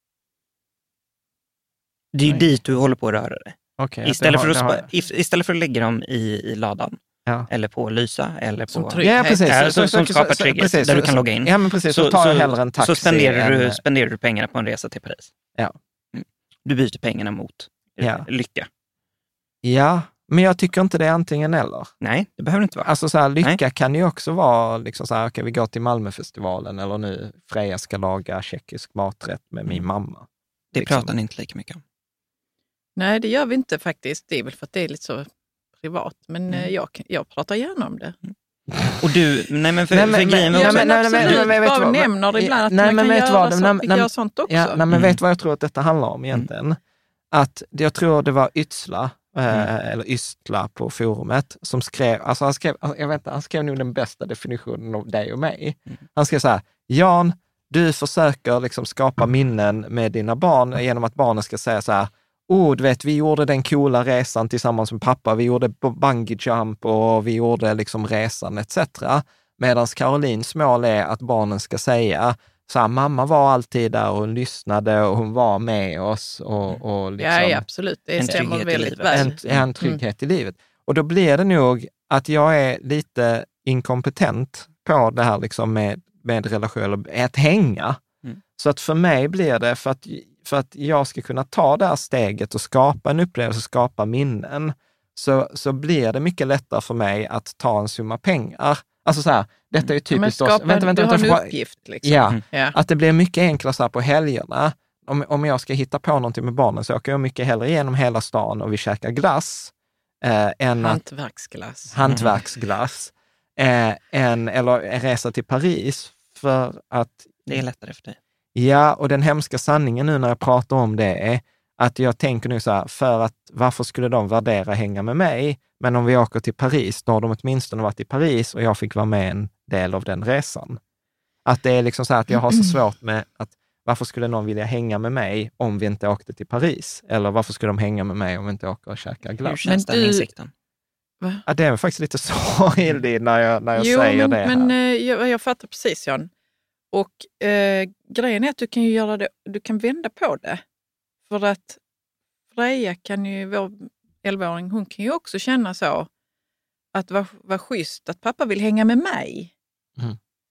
Det är ju dit du håller på att röra dig. Okay, istället, har, för att spa, har... istället för att lägga dem i, i ladan. Ja. Eller på lysa, eller som på... Trygghet. Ja, precis. Äh, så, så, som så, skapar så, trygghet, precis, där så, du kan logga in. Ja, men precis. Så, så tar jag hellre en taxi. Så spenderar, än... du, spenderar du pengarna på en resa till Paris. Ja. Mm. Du byter pengarna mot ja. lycka. Ja, men jag tycker inte det är antingen eller. Nej, det behöver inte vara. Alltså så här, lycka Nej. kan ju också vara liksom så här, okej, okay, vi går till Malmöfestivalen eller nu Freja ska laga tjeckisk maträtt med min mamma. Det liksom. pratar ni inte lika mycket om. Nej, det gör vi inte faktiskt. Det är väl för att det är lite så privat. Men Mm. jag, jag pratar gärna om det. Mm. Och du, nej men för, nej, men, för grejen men, också... nej, men absolut, nej, bara nämner det ibland att nej, man men kan vet göra, vad, så, nej, nej, göra sånt också. Ja, nej, men mm. vet vad jag tror att detta handlar om egentligen? Mm. Att jag tror det var Ytsla, eh, mm. eller Ystla på forumet, som skrev, alltså han skrev, jag vet inte, han skrev nog den bästa definitionen av dig och mig. Mm. Han skrev så här, Jan, du försöker liksom skapa minnen med dina barn genom att barnen ska säga så här, oh, du vet, vi gjorde den coola resan tillsammans med pappa, vi gjorde bungee jump och vi gjorde liksom resan et cetera. Medan Karolins mål är att barnen ska säga så här, mamma var alltid där och hon lyssnade och hon var med oss. Och, och liksom, ja, ja, absolut. Det en stämmer väldigt väl. En, en trygghet mm. i livet. Och då blir det nog att jag är lite inkompetent på det här liksom med, med relationer, att hänga. Mm. Så att för mig blir det, för att, för att jag ska kunna ta det här steget och skapa en upplevelse, skapa minnen, så, så blir det mycket lättare för mig att ta en summa pengar. Alltså så här, detta är ju typiskt skapa, oss. Vänta, vänta, du vänta, har en uppgift liksom. Ja, mm. ja, att det blir mycket enklare så här på helgerna. Om, om jag ska hitta på någonting med barnen så åker jag mycket hellre igenom hela stan och vi käkar glass. Eh, än hantverksglass. Att, hantverksglass. Eh, en, eller en resa till Paris för att... Det är lättare för dig. Ja, och den hemska sanningen nu när jag pratar om det är att jag tänker nu så här, för att varför skulle de värdera hänga med mig? Men om vi åker till Paris, då har de åtminstone varit i Paris och jag fick vara med en del av den resan. Att det är liksom så här att jag har så svårt med att varför skulle någon vilja hänga med mig om vi inte åkte till Paris? Eller varför skulle de hänga med mig om vi inte åker och käkar glass? Hur känns den insikten? Ja, det är faktiskt lite så Hildi när jag, när jag jo, säger men, det här. men jag, jag fattar precis, Jan. Och eh, grejen är att du kan ju göra det, du kan vända på det. För att Freja kan ju, vår elvaåring, hon kan ju också känna så att vad var schysst att pappa vill hänga med mig. Mm.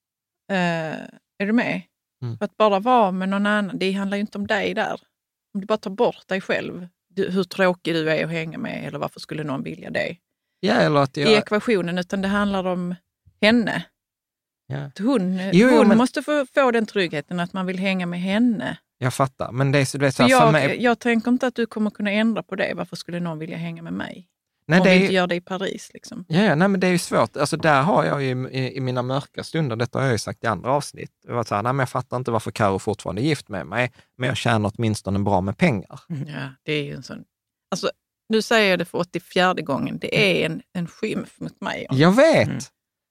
Eh, är du med? Mm. För att bara vara med någon annan, det handlar ju inte om dig där. Om du bara tar bort dig själv, du, hur tråkig du är att hänga med eller varför skulle någon vilja det? Ja, eller att jag... I ekvationen, utan det handlar om henne. Ja. Hon, jo, jo, hon men... måste få, få den tryggheten att man vill hänga med henne. Jag fattar, men det är så, det är så för här, jag, för mig... jag tänker inte att du kommer kunna ändra på det. Varför skulle någon vilja hänga med mig? Nej, om det vi är... inte gör det i Paris. Liksom. Ja, ja, nej, men det är ju svårt. Alltså där har jag ju i, i mina mörka stunder, detta har jag ju sagt i andra avsnitt, jag var så här, nej, men jag fattar inte varför Karo fortfarande är gift med mig, men jag tjänar åtminstone bra med pengar. Mm. Ja, det är ju en sån... Alltså, nu säger jag det för åttiofjärde gången, det är en, en skymf mot mig. Jag vet! Mm.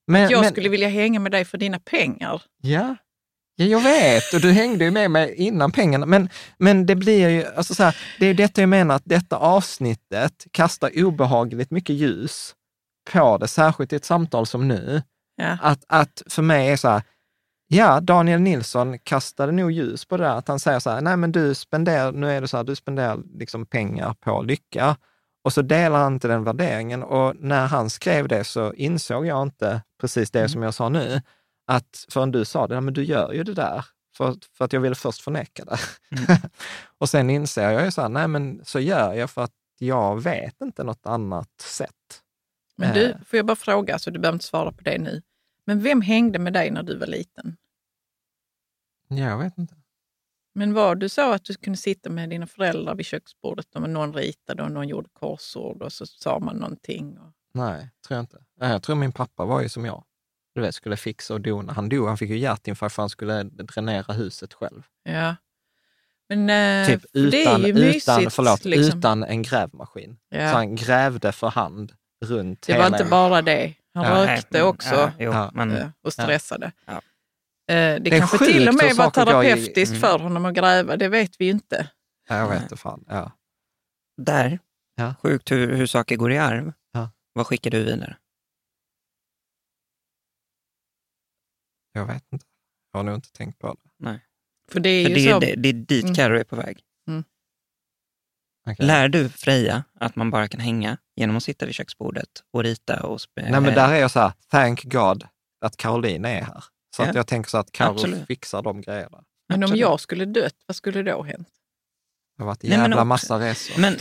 Men, jag men, skulle vilja hänga med dig för dina pengar. Ja, ja jag vet. Och du hängde ju med mig innan pengarna. Men, men det blir ju, alltså så här, det är detta jag menar, att detta avsnittet kastar obehagligt mycket ljus på det, särskilt i ett samtal som nu. Ja. Att, att för mig är så här, ja, Daniel Nilsson kastade nog ljus på det där, att han säger så här, nej men du spenderar, nu är det så här, du spenderar liksom pengar på lycka. Och så delar han inte den värderingen. Och när han skrev det så insåg jag inte precis det mm. som jag sa nu. Att förrän du sa det, men du gör ju det där. För, för att jag ville först förneka det. Mm. Och sen inser jag ju så här, nej men så gör jag för att jag vet inte något annat sätt. Men du, får jag bara fråga, så du behöver inte svara på det nu. Men vem hängde med dig när du var liten? Jag vet inte. Men var du så att du kunde sitta med dina föräldrar vid köksbordet och någon ritade och någon gjorde korsord och så sa man någonting? Och... Nej, tror jag inte. Jag tror min pappa var ju som jag. Du vet, skulle fixa och dona. Han dog, han fick ju hjärtinfarkt för han skulle dränera huset själv. Ja. Men äh, typ utan, det är ju mysigt. Utan, förlåt, liksom. utan en grävmaskin. Ja. Så han grävde för hand runt det hela... Det var inte bara det. Han ja, rökte nej, också ja, jo, men, ja, och stressade. Ja. Eh, det, det kanske till och med var terapeutiskt mm. för honom att gräva. Det vet vi ju inte. Ja, jag vet det fan. Ja. Där, ja. Sjukt hur, hur saker går i arv. Ja. Vad skickar du vidare? Jag vet inte. Jag har nog inte tänkt på det. Nej. För det är För ju det, så... det, det är dit mm. Carro är på väg. Mm. Okay. Lär du Freja att man bara kan hänga genom att sitta vid köksbordet och rita och spela? Nej, men där är jag så här, thank God att Caroline är här. Så ja. att jag tänker så att Carro Absolut. fixar de grejerna. Men Absolut. om jag skulle dött, vad skulle då hänt? Det har varit jävla nej, men massa resor. Men...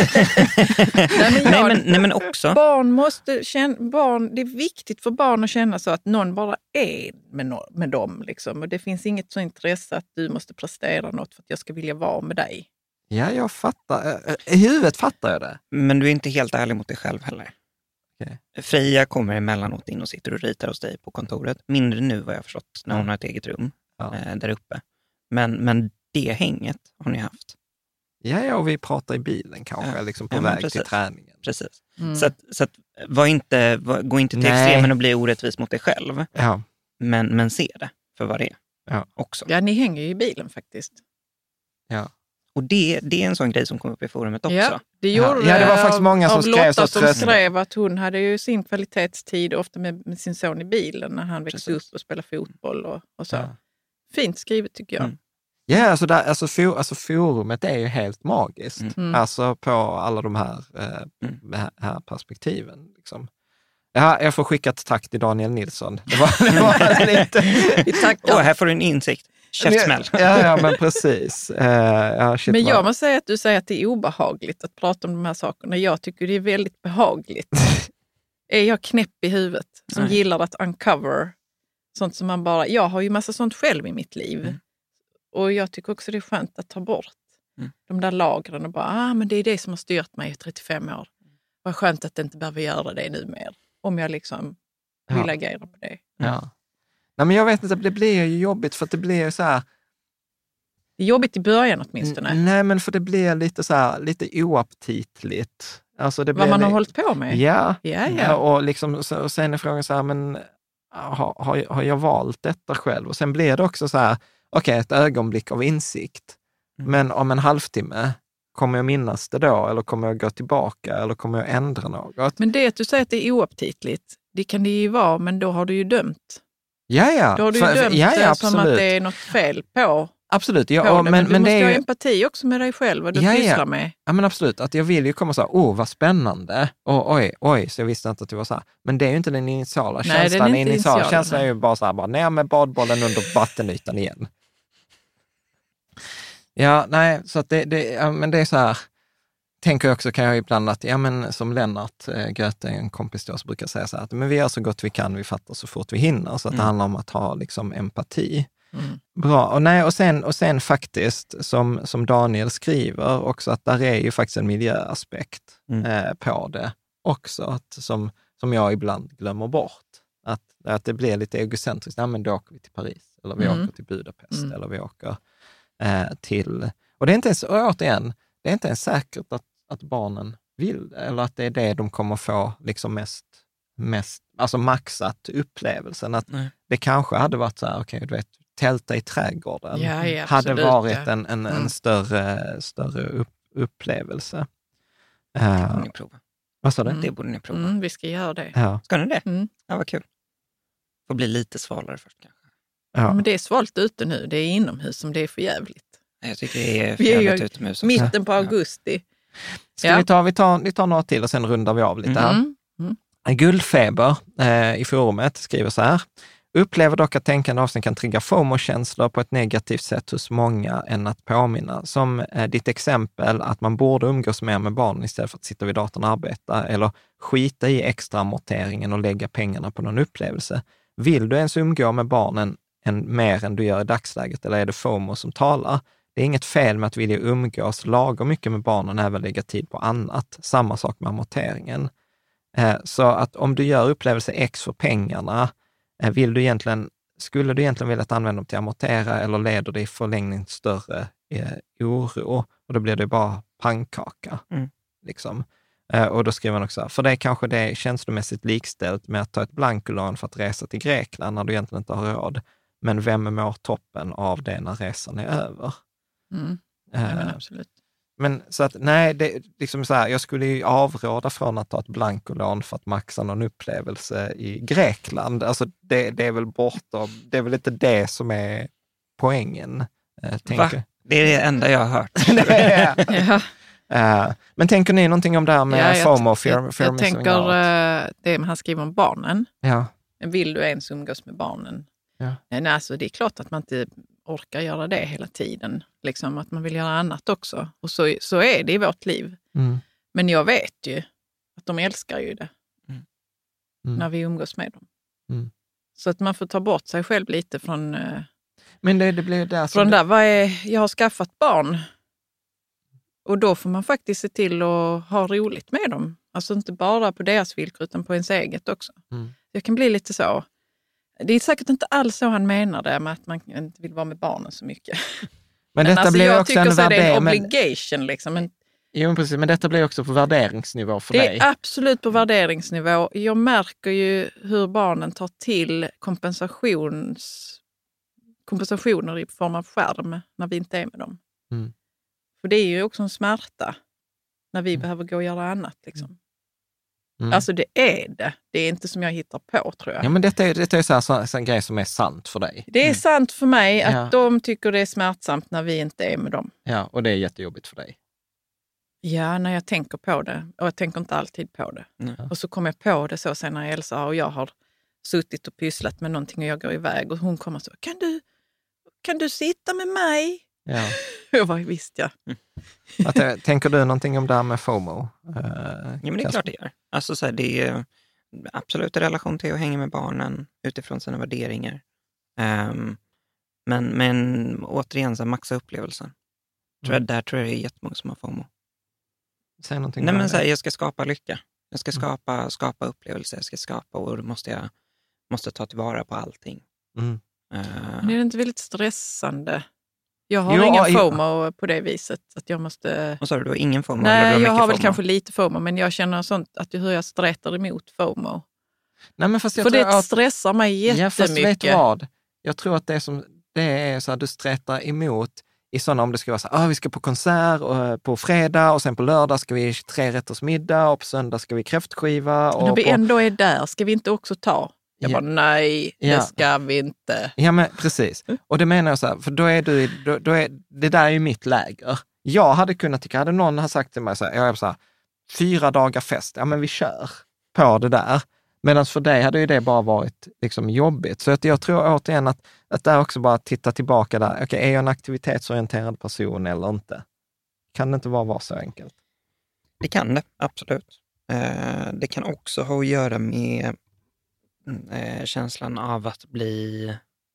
nej, men jag, nej, men, nej, men också... Barn måste känna... Barn, det är viktigt för barn att känna så att någon bara är med, no, med dem. Liksom. Och det finns inget så intresse att du måste prestera något för att jag ska vilja vara med dig. Ja, jag fattar. I huvudet fattar jag det. Men du är inte helt ärlig mot dig själv heller. Okay. Freja kommer emellanåt in och sitter och ritar hos dig på kontoret. Mindre nu vad jag har förstått, när hon har ett eget rum ja. eh, där uppe. Men, men det hänget har ni haft. Ja, ja, och vi pratar i bilen kanske, ja. liksom på ja, väg precis. till träningen. Precis. Mm. Så, att, så att, var inte, var, gå inte till Nej. extremen och bli orättvis mot dig själv. Ja. Men, men se det för vad det är ja. också. Ja, ni hänger ju i bilen faktiskt. Ja. Och det, det är en sån grej som kom upp i forumet också. Ja, det gjorde ja, det var faktiskt många som av skrev Lotta så som skrev att hon hade ju sin kvalitetstid ofta med, med sin son i bilen när han växte Precis. upp och spelade fotboll och, och så. Ja. Fint skrivet tycker jag. Mm. Ja, alltså, där, alltså, for, alltså forumet är ju helt magiskt. Mm. Alltså på alla de här, eh, Mm. här, här perspektiven. Liksom. Ja, jag får skicka ett tack till Daniel Nilsson. Det var, det var lite... Vi tackar. Åh, här får du en insikt. Käftsmäll. Ja, ja, men precis. Uh, ja, shit, men jag vad... måste säga att du säger att det är obehagligt att prata om de här sakerna. Jag tycker det är väldigt behagligt. Är jag knäpp i huvudet som Nej. gillar att uncover sånt som man bara... Jag har ju massa sånt själv i mitt liv. Mm. Och jag tycker också det är skönt att ta bort mm. de där lagren och bara, ah, men det är det som har styrt mig i trettiofem år. Vad skönt att det inte behöver göra det nu mer. Om jag liksom vill Ja. agera på det. Ja. Nej, men jag vet inte, det blir ju jobbigt för att det blir så här... Det är jobbigt i början åtminstone. N- nej, men för det blir lite så här, lite oaptitligt. Alltså det Vad blir man har li- hållit på med. Ja, Ja, ja. ja. Och, liksom, så, och sen är frågan så här, men har, har, har jag valt detta själv? Och sen blir det också så här, okej, okay, ett ögonblick av insikt. Mm. Men om en halvtimme, kommer jag minnas det då? Eller kommer jag gå tillbaka? Eller kommer jag ändra något? Men det att du säger att det är oaptitligt, det kan det ju vara, men då har du ju dömt. Ja, ja. Då har du ju För- för- dömt ja, ja, det som att absolut. det är något fel på, Absolut, ja, på och, det. men, Men, du men måste det är ha ju... empati också med dig själv och du Ja, ja. pysslar med. Ja, men absolut. Att jag vill ju komma så här, åh, vad spännande. Och, oj, oj, så jag visste inte att det var så här. Men det är ju inte den initiala Nej, den är känslan. Den inte initiala initial, känslan är nej. ju bara så här, bara, ner med badbollen under vattenytan igen. Ja, nej, så att det, det, ja, men det är så här, tänker jag också, kan jag ibland att, ja men som Lennart eh, Göte, en kompis då, så brukar säga så här, att men vi gör så gott vi kan, vi fattar så fort vi hinner. Så att Mm. det handlar om att ha liksom empati. Mm. Bra, och, nej, och, sen, och sen faktiskt, som, som Daniel skriver också, att där är ju faktiskt en miljöaspekt Mm. eh, på det också, att, som, som jag ibland glömmer bort. Att, att det blir lite egocentriskt, nej men då åker vi till Paris, eller vi Mm. åker till Budapest, Mm. eller vi åker eh, till... Och det är inte ens, och återigen, det är inte ens säkert att, att barnen vill det, eller att det är det de kommer få liksom mest, mest alltså maxat upplevelsen. Att Nej. det kanske hade varit så här, okej, okay, du vet, tälta i trädgården. Ja, ja, hade absolut, varit ja. en, en, en Mm. större, större upp, upplevelse. Det Uh, borde ni prova. vad sa du? Mm. Det borde ni prova. Mm, vi ska göra det. Ja, Ska ni det? Mm. Ja, vad kul. Får bli lite svalare först kanske. ja. Men det är svalt ute nu. Det är inomhus som det är för jävligt. Jag tycker det är Vi är ju jävligt utomhus. också. Mitten på augusti. Ska Ja. vi, ta, vi, tar, vi tar några till och sen rundar vi av lite här. Mm. Mm. Guldfeber eh, i forumet skriver så här. Upplever dock att tänkande av sig kan trigga FOMO-känslor på ett negativt sätt hos många än att påminna. Som eh, ditt exempel att man borde umgås mer med barnen istället för att sitta vid datorn och arbeta, eller skita i extra amorteringen och lägga pengarna på någon upplevelse. Vill du ens umgå med barnen än, mer än du gör i dagsläget, eller är det FOMO som talar? Det är inget fel med att vilja umgås lagom mycket med barnen, även lägga tid på annat. Samma sak med amorteringen. Eh, så att om du gör upplevelse X för pengarna, eh, vill du egentligen, skulle du egentligen vilja använda dem till att amortera, eller leder det i förlängning större eh, oro? Och då blir det bara pannkaka. Mm. Liksom. Eh, och då skriver man också, för det är kanske det känslomässigt likställt med att ta ett blankolån för att resa till Grekland när du egentligen inte har råd. Men vem mår toppen av det när resan är över? Mm. Ja, Eh, men absolut. Men så att nej, det, liksom så här, jag skulle ju avråda från att ta ett blankolån för att maxa någon upplevelse i Grekland. Alltså det, det är väl bortom, det är väl inte det som är poängen. Eh, tänker. Va? Det är det enda jag har hört. Ja. Uh, men tänker ni någonting om det här med Ja, jag, FOMO, fear, jag, fear jag missing tänker out? uh, det han skriver om barnen. Ja. Vill du ens umgås med barnen? Ja. Nej, alltså, det är klart att man inte orkar göra det hela tiden. Liksom, att man vill göra annat också. Och så, så är det i vårt liv. Mm. Men jag vet ju att de älskar ju det Mm. Mm. när vi umgås med dem. Mm. Så att man får ta bort sig själv lite från, uh, Men det, det blir där som från det, där, vad är, jag har skaffat barn. Och då får man faktiskt se till att ha roligt med dem. Alltså inte bara på deras villkor utan på ens eget också. Mm. Jag kan bli lite så. Det är säkert inte alls så han menar det med att man inte vill vara med barnen så mycket. men Men detta alltså, blir jag också tycker en så är det en värdering. Men, obligation liksom. Men jo, men precis, men detta blir också på värderingsnivå för det dig. är absolut på värderingsnivå. Jag märker ju hur barnen tar till kompensations, kompensationer i form av skärm när vi inte är med dem. Mm. För det är ju också en smärta när vi Mm. behöver gå och göra annat. Liksom. Mm. Alltså det är det. Det är inte som jag hittar på, tror jag. Ja, men detta är, detta är så här, så, så en grej som är sant för dig. Det är sant för mig att Ja. de tycker det är smärtsamt när vi inte är med dem. Ja, och det är jättejobbigt för dig. Ja, när jag tänker på det. Och jag tänker inte alltid på det. Nej. Och så kommer jag på det så sen när Elsa och jag har suttit och pysslat med någonting och jag går iväg och hon kommer så, kan du, kan du sitta med mig? Ja. Jag bara, visst ja. Att, tänker du någonting om det här med FOMO? Uh, Ja, men det är klart det gör. Alltså, så här, det är absolut i relation till att hänga med barnen utifrån sina värderingar. Um, men, men återigen, så här, maxa upplevelsen. Tror jag, där tror jag det är jättemånga som har FOMO. Säg någonting. Nej, om men det. så här, jag ska skapa lycka. Jag ska Mm. skapa, skapa upplevelser. Jag ska skapa och då måste jag måste ta tillvara på allting. Mm. Uh, Men är det inte väldigt stressande? Jag har Jo, ingen jo. FOMO på det viset att jag måste... och så har du då ingen FOMO? eller du Nej, jag mycket har väl FOMO? kanske lite FOMO, men jag känner sånt att hur jag stretar emot FOMO. Nej, men fast jag För tror det att, stressar mig ja, fast vet du jättemycket. vad? Jag tror att det, som, det är så att du stretar emot i sådana, om det ska vara så här, ah, vi ska på konsert och, på fredag och sen på lördag ska vi tre rätters middag och på söndag ska vi kräftskiva. Men när Och vi på, ändå är där, ska vi inte också ta? Jag Ja. bara, nej, Ja. det ska vi inte. Ja, men precis. Och det menar jag så här, för då är du, i- då, då är, det där är ju mitt läger. Jag hade kunnat tycka, hade någon ha sagt till mig så här, jag är så här, fyra dagar fest, ja men vi kör på det där. Medan för dig hade ju det bara varit liksom jobbigt. Så att jag tror återigen att, att där också bara titta tillbaka där, okej, är jag en aktivitetsorienterad person eller inte? Kan det inte bara vara så enkelt? Det kan det, absolut. Eh, det kan också ha att göra med eh, känslan av att bli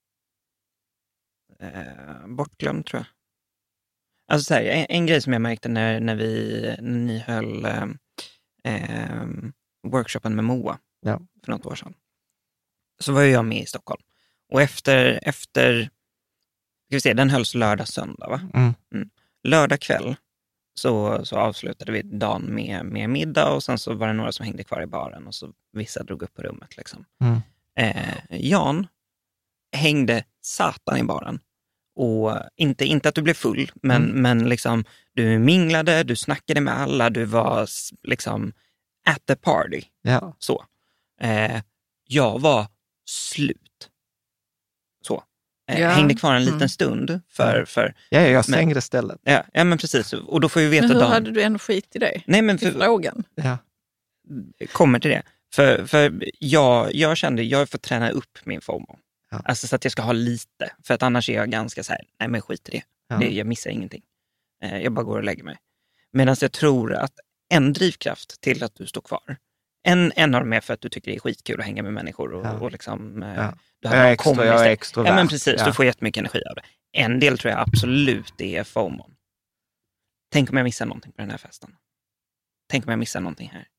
eh, bortglömd, tror jag. Alltså så här, en, en grej som jag märkte när, när, vi, när ni höll eh, eh, workshopen med Moa Ja. för något år sedan, så var ju jag med i Stockholm. Och efter, efter ska vi se, den hölls lördag, söndag, va? Mm. Mm. Lördag kväll så, så avslutade vi dagen med, med middag och sen så var det några som hängde kvar i baren och så vissa drog upp på rummet. Liksom. Mm. Eh, Jan hängde satan i baren. Och inte, inte att du blev full, men, Mm. men liksom, du minglade, du snackade med alla, du var liksom at the party. Ja. Så. Eh, jag var slut. Så. Eh, Ja. Hängde kvar en liten Mm. stund för... för Ja, jag stängde stället. ja, ja, men precis. Och då får vi veta Men hur dagen. hade du energi till det? Nej, men Till för, frågan. Ja. kommer till det. För, för jag, jag kände, jag får träna upp min FOMO. Ja. Alltså så att jag ska ha lite. För att annars är jag ganska så här, nej men skit i det. Ja. det jag missar ingenting. Eh, jag bara går och lägger mig. Medan jag tror att en drivkraft till att du står kvar. En, en av dem är för att du tycker det är skitkul att hänga med människor. Och, Ja. och liksom... Eh, Ja. du Jag är, någon extra, kompis jag är där. extrovert. Ja men precis, Ja. du får jättemycket energi av det. En del tror jag absolut det är FOMO. Tänk om jag missar någonting på den här festen. Tänk om jag missar någonting här.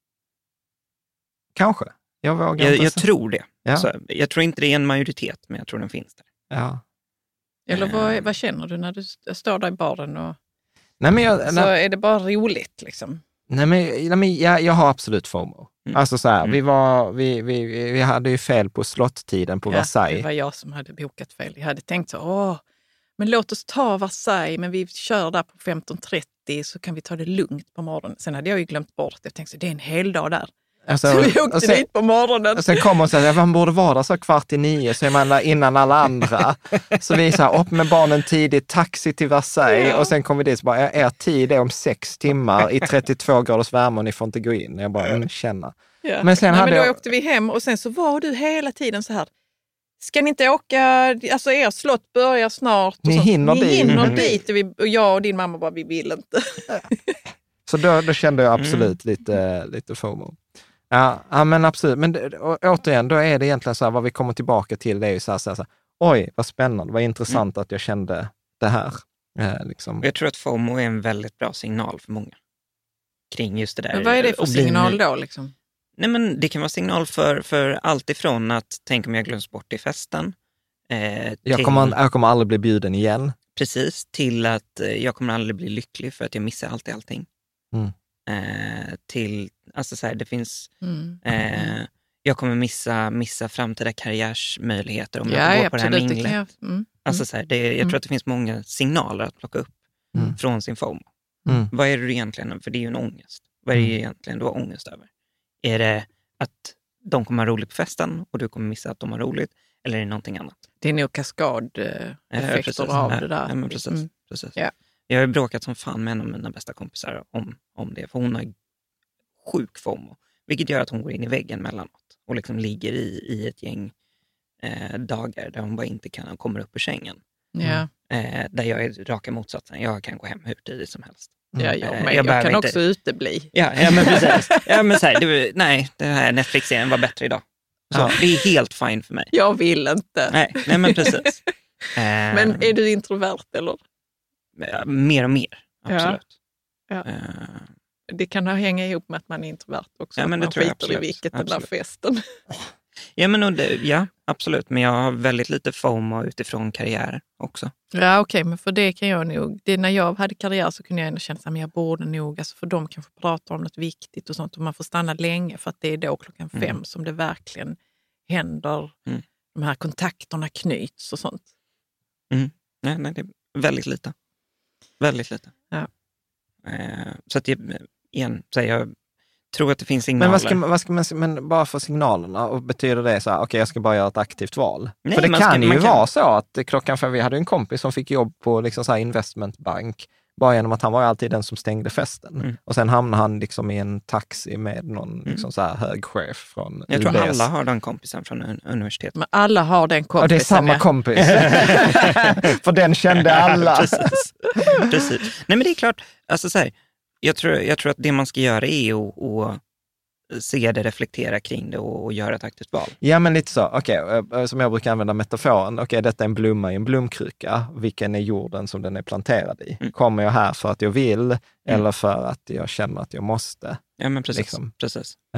Kanske. Jag vågar Jag, inte jag säga. tror det. Ja. Så, jag tror inte det är en majoritet, men jag tror den finns där. Ja. Eller vad, vad känner du när du st- står där i baren? Och, Nej, men jag, så nej, är det bara roligt liksom? nej, men, nej, men jag, jag har absolut FOMO. Mm. Alltså så här, Mm. vi, var, vi, vi, vi hade ju fel på slottiden på Ja, Versailles. det var jag som hade bokat fel. Jag hade tänkt så, åh, men låt oss ta Versailles, men vi kör där på femton trettio så kan vi ta det lugnt på morgonen. Sen hade jag ju glömt bort det. Jag tänkte så, det är en hel dag där. Alltså, Så vi åkte och sen, dit på morgonen. och sen kom hon och sa att man borde vara där så kvart i nio, så är man där innan alla andra. Så vi sa, upp med barnen tidigt, taxi till Versailles. Ja. Och sen kom vi dit och bara, er tid är om sex timmar i trettiotvå graders värme och ni får inte gå in. Jag bara, mm, känna. Ja. Men sen Nej, hade men då jag... åkte vi hem och sen så var du hela tiden så här, ska ni inte åka, alltså er slott börjar snart. Och Ni sånt. hinner ni dit. hinner Mm. dit. Och, vi, och jag och din mamma bara, vi vill inte. Så då, då kände jag absolut lite, lite FOMO. Ja, ja, men absolut. Men det, å, återigen, då är det egentligen så här, vad vi kommer tillbaka till, det är ju så här, så här, så här oj, vad spännande, vad intressant att jag kände det här. Eh, liksom. Jag tror att FOMO är en väldigt bra signal för många. Kring just det där. Men vad är det för Och bli- signal då liksom? Nej, men det kan vara signal för, för allt ifrån att tänk om jag glöms bort i festen. Eh, Jag till- kommer, jag kommer aldrig bli bjuden igen. Precis, till att eh, jag kommer aldrig bli lycklig för att jag missar alltid allting. Mm. Eh, till, alltså så här, det finns, Mm. eh, jag kommer missa, missa framtida karriärsmöjligheter om Ja, jag går ja, på det här absolut. Det minglet. kan jag, mm. Alltså så här, det, jag Mm. tror att det finns många signaler att plocka upp Mm. från sin FOMO. Mm. Vad är det egentligen, för det är ju en ångest. Vad är det egentligen du har ångest över? Är det att de kommer ha roligt på festen och du kommer missa att de har roligt? Eller är det någonting annat? Det är nog Ja, kaskadeffekter precis. av Ja, det där. Ja, men precis. Mm. precis. Ja. Jag har ju bråkat som fan med en av mina bästa kompisar om, om det. För hon har sjuk FOMO. Vilket gör att hon går in i väggen mellanåt. Och liksom ligger i, i ett gäng eh, dagar där hon bara inte kan komma upp ur sängen. Ja. Eh, där jag är raka motsatsen. Jag kan gå hem hur tidigt som helst. Ja, jag, Eh, med. jag jag, behöver kan inte- också utebli. Ja, ja men precis. Ja, men så här, det, nej, den här Netflix-serien var bättre idag. Så Ja. det är helt fine för mig. Jag vill inte. Nej, nej men precis. Eh, Men är du introvert eller? ja, mer och mer, absolut. Ja. Eh, Det kan ha hänga ihop med att man är introvert också. Ja, att men det man tror jag skiter i absolut. vilket den där Absolut. festen. ja, men och det, ja, absolut. Men jag har väldigt lite FOMO utifrån karriär också. Ja, okej, men för det kan jag nog. Det, när jag hade karriär så kunde jag ändå känna att jag borde nog, alltså för de kanske prata om något viktigt och sånt och man får stanna länge för att det är då klockan fem Mm. som det verkligen händer. Mm. De här kontakterna knyts och sånt. Nej, nej, det är väldigt lite. Väldigt lite. Ja. Eh, så att jag, igen, så här, jag tror att det finns signaler. Men, vad ska, man- vad ska man, men bara för signalerna, och betyder det så här, okej okay, jag ska bara göra ett aktivt val? Nej, för det man kan ska- ju man kan- vara så att klockan fem, vi hade en kompis som fick jobb på liksom så här investmentbank, bara genom att han var alltid den som stängde festen. Mm. Och sen hamnade han liksom i en taxi med någon liksom så här hög chef från Jag tror U B S. alla har den kompisen från un- universitetet. Men alla har den kompisen. Ja, det är samma ja. kompis. För den kände alla. Precis. Precis. Nej, men det är klart, alltså så här, jag, tror, jag tror att det man ska göra är att, att se det, reflektera kring det och, och göra ett aktivt val. Ja, men lite så. Okej, okay, som jag brukar använda metaforen. Okej, okay, detta är en blomma i en blomkruka. Vilken är jorden som den är planterad i? Mm. Kommer jag här för att jag vill eller för att jag känner att jag måste? Ja, men precis. Liksom. precis. Ja.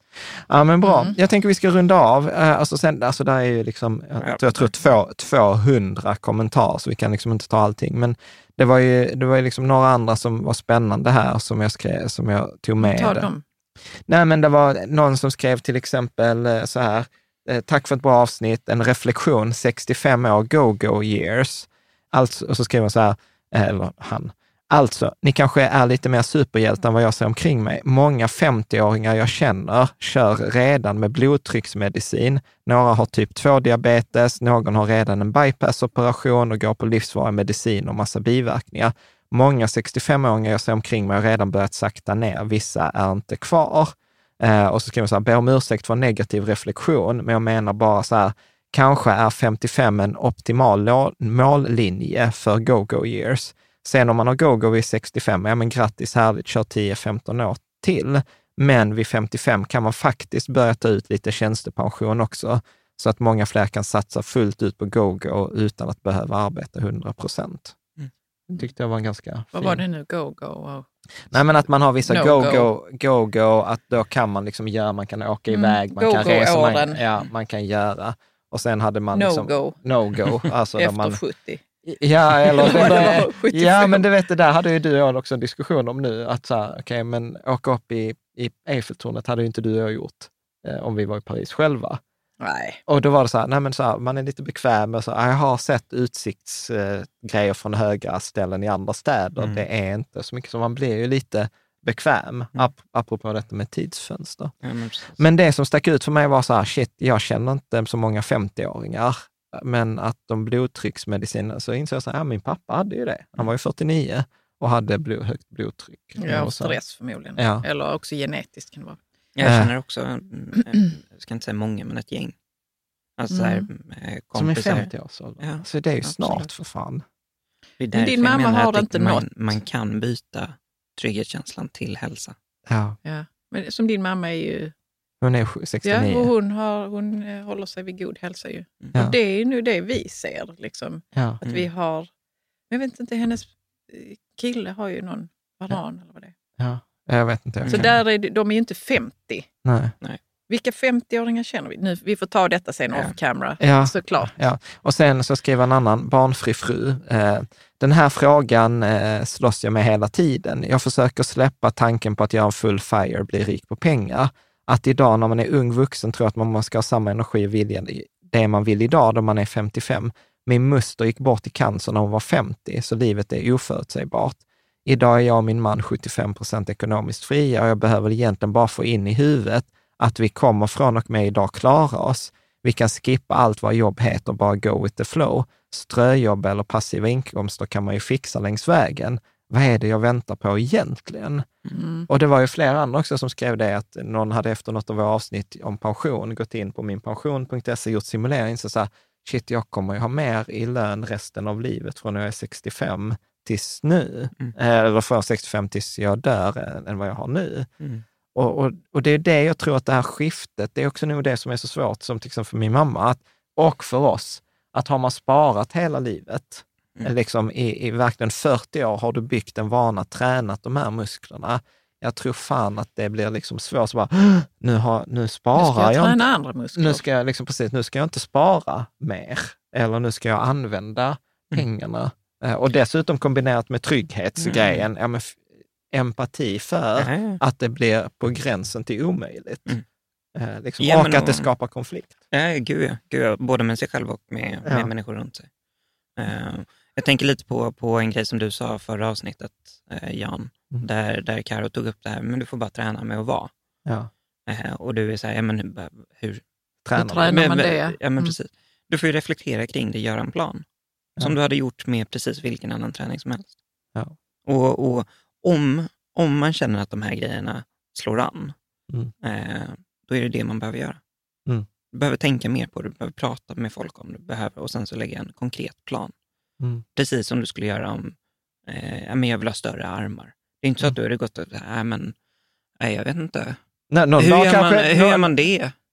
Ja, men bra. Mm. Jag tänker vi ska runda av. Alltså, sen, alltså där är ju liksom, jag, jag tror två, tvåhundra kommentarer, så vi kan liksom inte ta allting. Men det var ju, det var ju liksom några andra som var spännande här som jag skrev, som jag tog med. Ta dem. Nej, men det var någon som skrev till exempel så här: tack för ett bra avsnitt, en reflektion, sextiofem år, go-go years. Alltså, och så skrev han så här, eller han, alltså, ni kanske är lite mer superhjältar än vad jag ser omkring mig. Många femtioåringar jag känner kör redan med blodtrycksmedicin. Några har typ två diabetes, någon har redan en bypassoperation och går på livsvarig medicin och massa biverkningar. Många sextiofemåringar jag ser omkring mig har redan börjat sakta ner. Vissa är inte kvar. Eh, och så skriver man så här, ber om ursäkt för en negativ reflektion, men jag menar bara så här, kanske är femtiofem en optimal lo- mållinje för go-go years. Sen om man har go-go vid sextiofem, ja men grattis, härligt, kör tio femton år till. Men vid femtiofem kan man faktiskt börja ta ut lite tjänstepension också, så att många fler kan satsa fullt ut på go-go utan att behöva arbeta hundra procent. Mm. Tyckte jag var en ganska fin. Vad var det nu? Go-go? Och... Nej, men att man har vissa No go-go, go-go, att då kan man liksom göra, man kan åka Mm. iväg, man kan resa, man, Go-go-åren. ja, man kan göra. Och sen hade man No liksom... go. No-go. Alltså Efter man, sjuttio. ja, eller... Det var sjuttiofem. Ja, men det vet det där hade ju du och jag också en diskussion om nu, att så här, okej, okay, men åka upp i, i Eiffeltornet hade ju inte du och jag gjort eh, om vi var i Paris själva. Nej. Och då var det så här, nej men så här, man är lite bekväm med så här, jag har sett utsiktsgrejer eh, från höga ställen i andra städer. Mm. Det är inte så mycket, så man blir ju lite bekväm, mm. ap- apropå detta med tidsfönster. Ja, men, men det som stack ut för mig var så här, shit, jag känner inte så många femtioåringar, men att de blodtrycksmediciner, så insåg jag så här, ja, min pappa hade ju det. Han var ju fyrtionio och hade blod, högt blodtryck. Ja, och så. stress förmodligen. Ja. Eller också genetiskt kan det vara. Jag känner också, jag ska inte säga många, men ett gäng. Alltså så här, kompisar. Som är femtio år så. Ja, så det är ju absolut. snart för fan. Det är men din mamma har inte man, något. Man kan byta trygghetskänslan till hälsa. Ja. Ja. Men som din mamma är ju... Hon är sextionio. Ja, och hon, har, hon eh, håller sig vid god hälsa ju. Ja. Och det är ju nu det vi ser, liksom. Ja. Att vi har... Men jag vet inte, hennes kille har ju någon banan ja. eller vad det är. Ja, jag vet inte. Jag så kan. där är de, de är ju inte femtio. Nej. Nej. Vilka femtioåringar känner vi? Nu, vi får ta detta sen Ja. off camera, Ja. såklart. Ja. Och sen så skriver en annan, barnfri fru. Eh, den här frågan eh, slåss jag med hela tiden. Jag försöker släppa tanken på att göra en full fire, bli rik på pengar. Att idag när man är ung vuxen tror att man ska ha samma energi och vilja det man vill idag då man är femtiofem. Min muster gick bort i cancer när hon var femtio, så livet är oförutsägbart. Idag är jag och min man sjuttiofem procent ekonomiskt fria och jag behöver egentligen bara få in i huvudet att vi kommer från och med idag klara oss. Vi kan skippa allt vad jobb heter, bara go with the flow. Ströjobb eller passiva inkomster kan man ju fixa längs vägen. Vad är det jag väntar på egentligen? Mm. Och det var ju flera andra också som skrev det, att någon hade efter något av våra avsnitt om pension gått in på minpension punkt se, gjort simulering, så sa shit, jag kommer ju ha mer i lön resten av livet från när jag är sextiofem tills nu. Mm. Eller från sextiofem tills jag dör än vad jag har nu. Mm. Och, och, och det är det jag tror att det här skiftet, det är också nog det som är så svårt, som till exempel för min mamma, att, och för oss, att har man sparat hela livet, mm. liksom i, i verkligen fyrtio år har du byggt en vana, tränat de här musklerna. Jag tror fan att det blir liksom svårt, så bara, nu, har, nu sparar nu ska jag. jag träna inte. andra muskler. Nu ska jag liksom, precis, nu ska jag inte spara mer, eller nu ska jag använda pengarna. Mm. Och dessutom kombinerat med trygghetsgrejen, mm. ja, men empati för mm. att det blir på gränsen till omöjligt. Mm. Eh, liksom, ja, och att det skapar konflikt. Ja, gud ja. Gud ja. Både med sig själv och med, ja. med människor runt sig. Uh, jag tänker lite på, på en grej som du sa förra avsnittet, uh, Jan, mm. där, där Karo tog upp det här, men du får bara träna med att vara. Ja. Uh, och du är så här, ja, men hur tränar, hur tränar man men, det? Ja, men mm. precis. Du får ju reflektera kring det, göra en plan. Ja. Som du hade gjort med precis vilken annan träning som helst. Ja. Och, och om, om man känner att de här grejerna slår an, mm. eh, då är det det man behöver göra. Mm. Du behöver tänka mer på det, du behöver prata med folk om det, du behöver, och sen så lägga en konkret plan. Mm. Precis som du skulle göra om eh, ja, men jag vill ha större armar. Det är inte så mm. att du är gått och nej men nej, jag vet inte. Nej, någon hur, dag gör kanske, man, hur någon... gör man det? Ja.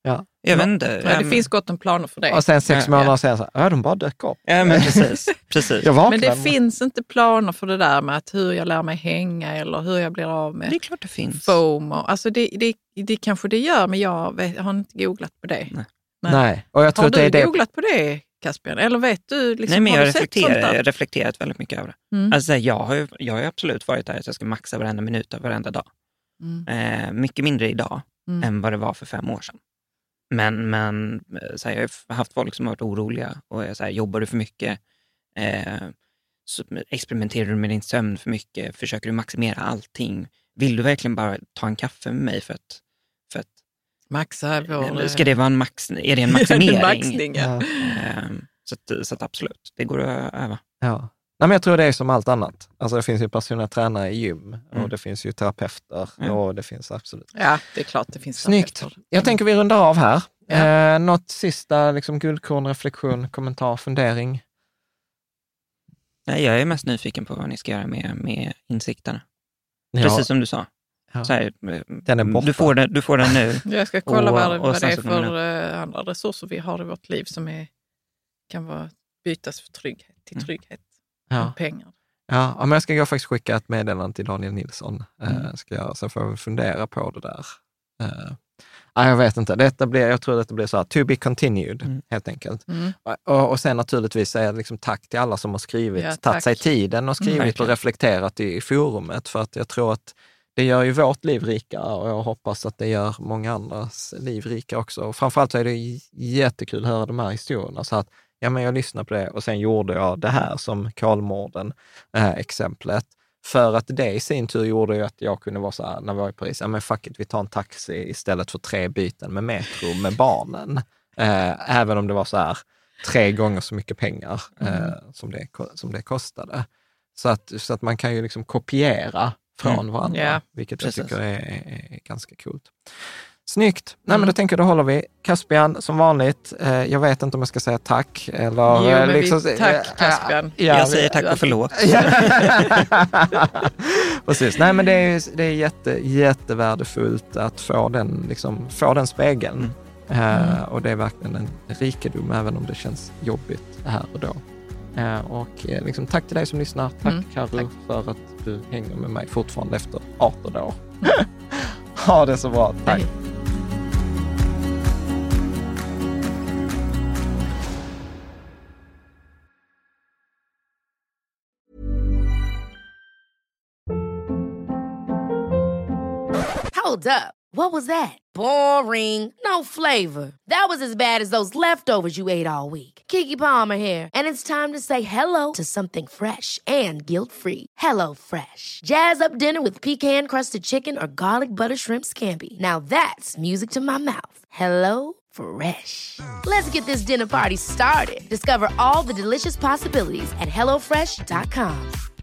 Jag vet inte. Ja, det finns gott om planer för det. Och sen sex Ja, månader ja. sen så, ja, de bara dök upp. Ja, men precis. precis. Jag vaknade. Men det finns inte planer för det där med att hur jag lär mig hänga eller hur jag blir av med Det är klart det finns. foam. Och, alltså det, det, det kanske det gör, men jag, vet, jag har inte googlat på det. Nej. Nej. Nej. Och jag tror Har att det du är det. googlat på det, Caspian? Eller vet du? Liksom, Nej, men har jag du sett sånt reflekterar, där? jag har reflekterat väldigt mycket över det. Mm. Alltså, jag har ju jag har ju absolut varit där att jag ska maxa varenda minut av varenda dag. Mm. Eh, mycket mindre idag Mm. än vad det var för fem år sedan. Men, men så här, jag har haft folk som har varit oroliga och jag, så här, jobbar du för mycket? Eh, så experimenterar du med din sömn för mycket? Försöker du maximera allting? Vill du verkligen bara ta en kaffe med mig för att... För att Maxa vår... ska det vara en max, är det en maximering? maxning, ja. Ja. Eh, så, att, så att absolut, det går att öva. Ja. Nej, men jag tror det är som allt annat. Alltså det finns ju personliga tränare i gym Mm. och det finns ju terapeuter Mm. och det finns absolut. Ja, det är klart det finns. Snyggt. terapeuter. Jag tänker vi rundar av här. Ja. Eh, något sista liksom, guldkorn, reflektion, kommentar, fundering? Nej, jag är mest nyfiken på vad ni ska göra med, med insikterna. Ja. Precis som du sa. Ja. Så här, Den är borta. du, får den, du får den nu. Jag ska kolla Och- vad, och vad det sen är så kommer för uh, andra resurser vi har i vårt liv som är, kan vara, bytas för trygghet, till Mm. trygghet Ja. och pengar. Ja, ja, men jag ska gå faktiskt skicka ett meddelande till Daniel Nilsson. Eh, Mm. ska jag, sen får vi fundera på det där. Eh, ja, jag vet inte. Detta blir, jag tror att det blir så här, to be continued, Mm. helt enkelt. Mm. Och, och sen naturligtvis säger jag liksom tack till alla som har skrivit, Ja, tagit tack. sig tiden och skrivit Mm, och verkligen. reflekterat i, i forumet. För att jag tror att det gör ju vårt liv rikare och jag hoppas att det gör många andras liv rikare också. Och framförallt så är det j- jättekul att höra de här historierna. Så att, ja, men jag lyssnade på det och sen gjorde jag det här som Kolmården eh, exemplet. För att det i sin tur gjorde ju att jag kunde vara så här, när vi var i Paris, ja men fuck it, vi tar en taxi istället för tre byten med metro med barnen. Eh, även om det var så här tre gånger så mycket pengar eh, som, det, som det kostade. Så att, så att man kan ju liksom kopiera från Mm. varandra, Ja, vilket precis. jag tycker är, är, är ganska coolt. Snyggt. Nej, Mm. men då tänker jag, då håller vi. Caspian, som vanligt, eh, jag vet inte om jag ska säga tack eller... Jo, eh, men liksom, vi, tack Caspian. Ja, jag säger tack och förlåt. Precis. Nej, men det är, det är jätte, jättevärdefullt att få den, liksom, få den spegeln. Eh, och det är verkligen en rikedom, även om det känns jobbigt här och då. Eh, och eh, liksom, tack till dig som lyssnar. Tack, Mm, Karo, tack. för att du hänger med mig fortfarande efter arton år. Ha det så bra. Tack. Hej. Hold up. What was that? Boring. No flavor. That was as bad as those leftovers you ate all week. Keke Palmer here, and it's time to say hello to something fresh and guilt-free. Hello Fresh. Jazz up dinner with pecan-crusted chicken or garlic butter shrimp scampi. Now that's music to my mouth. Hello Fresh. Let's get this dinner party started. Discover all the delicious possibilities at hello fresh dot com.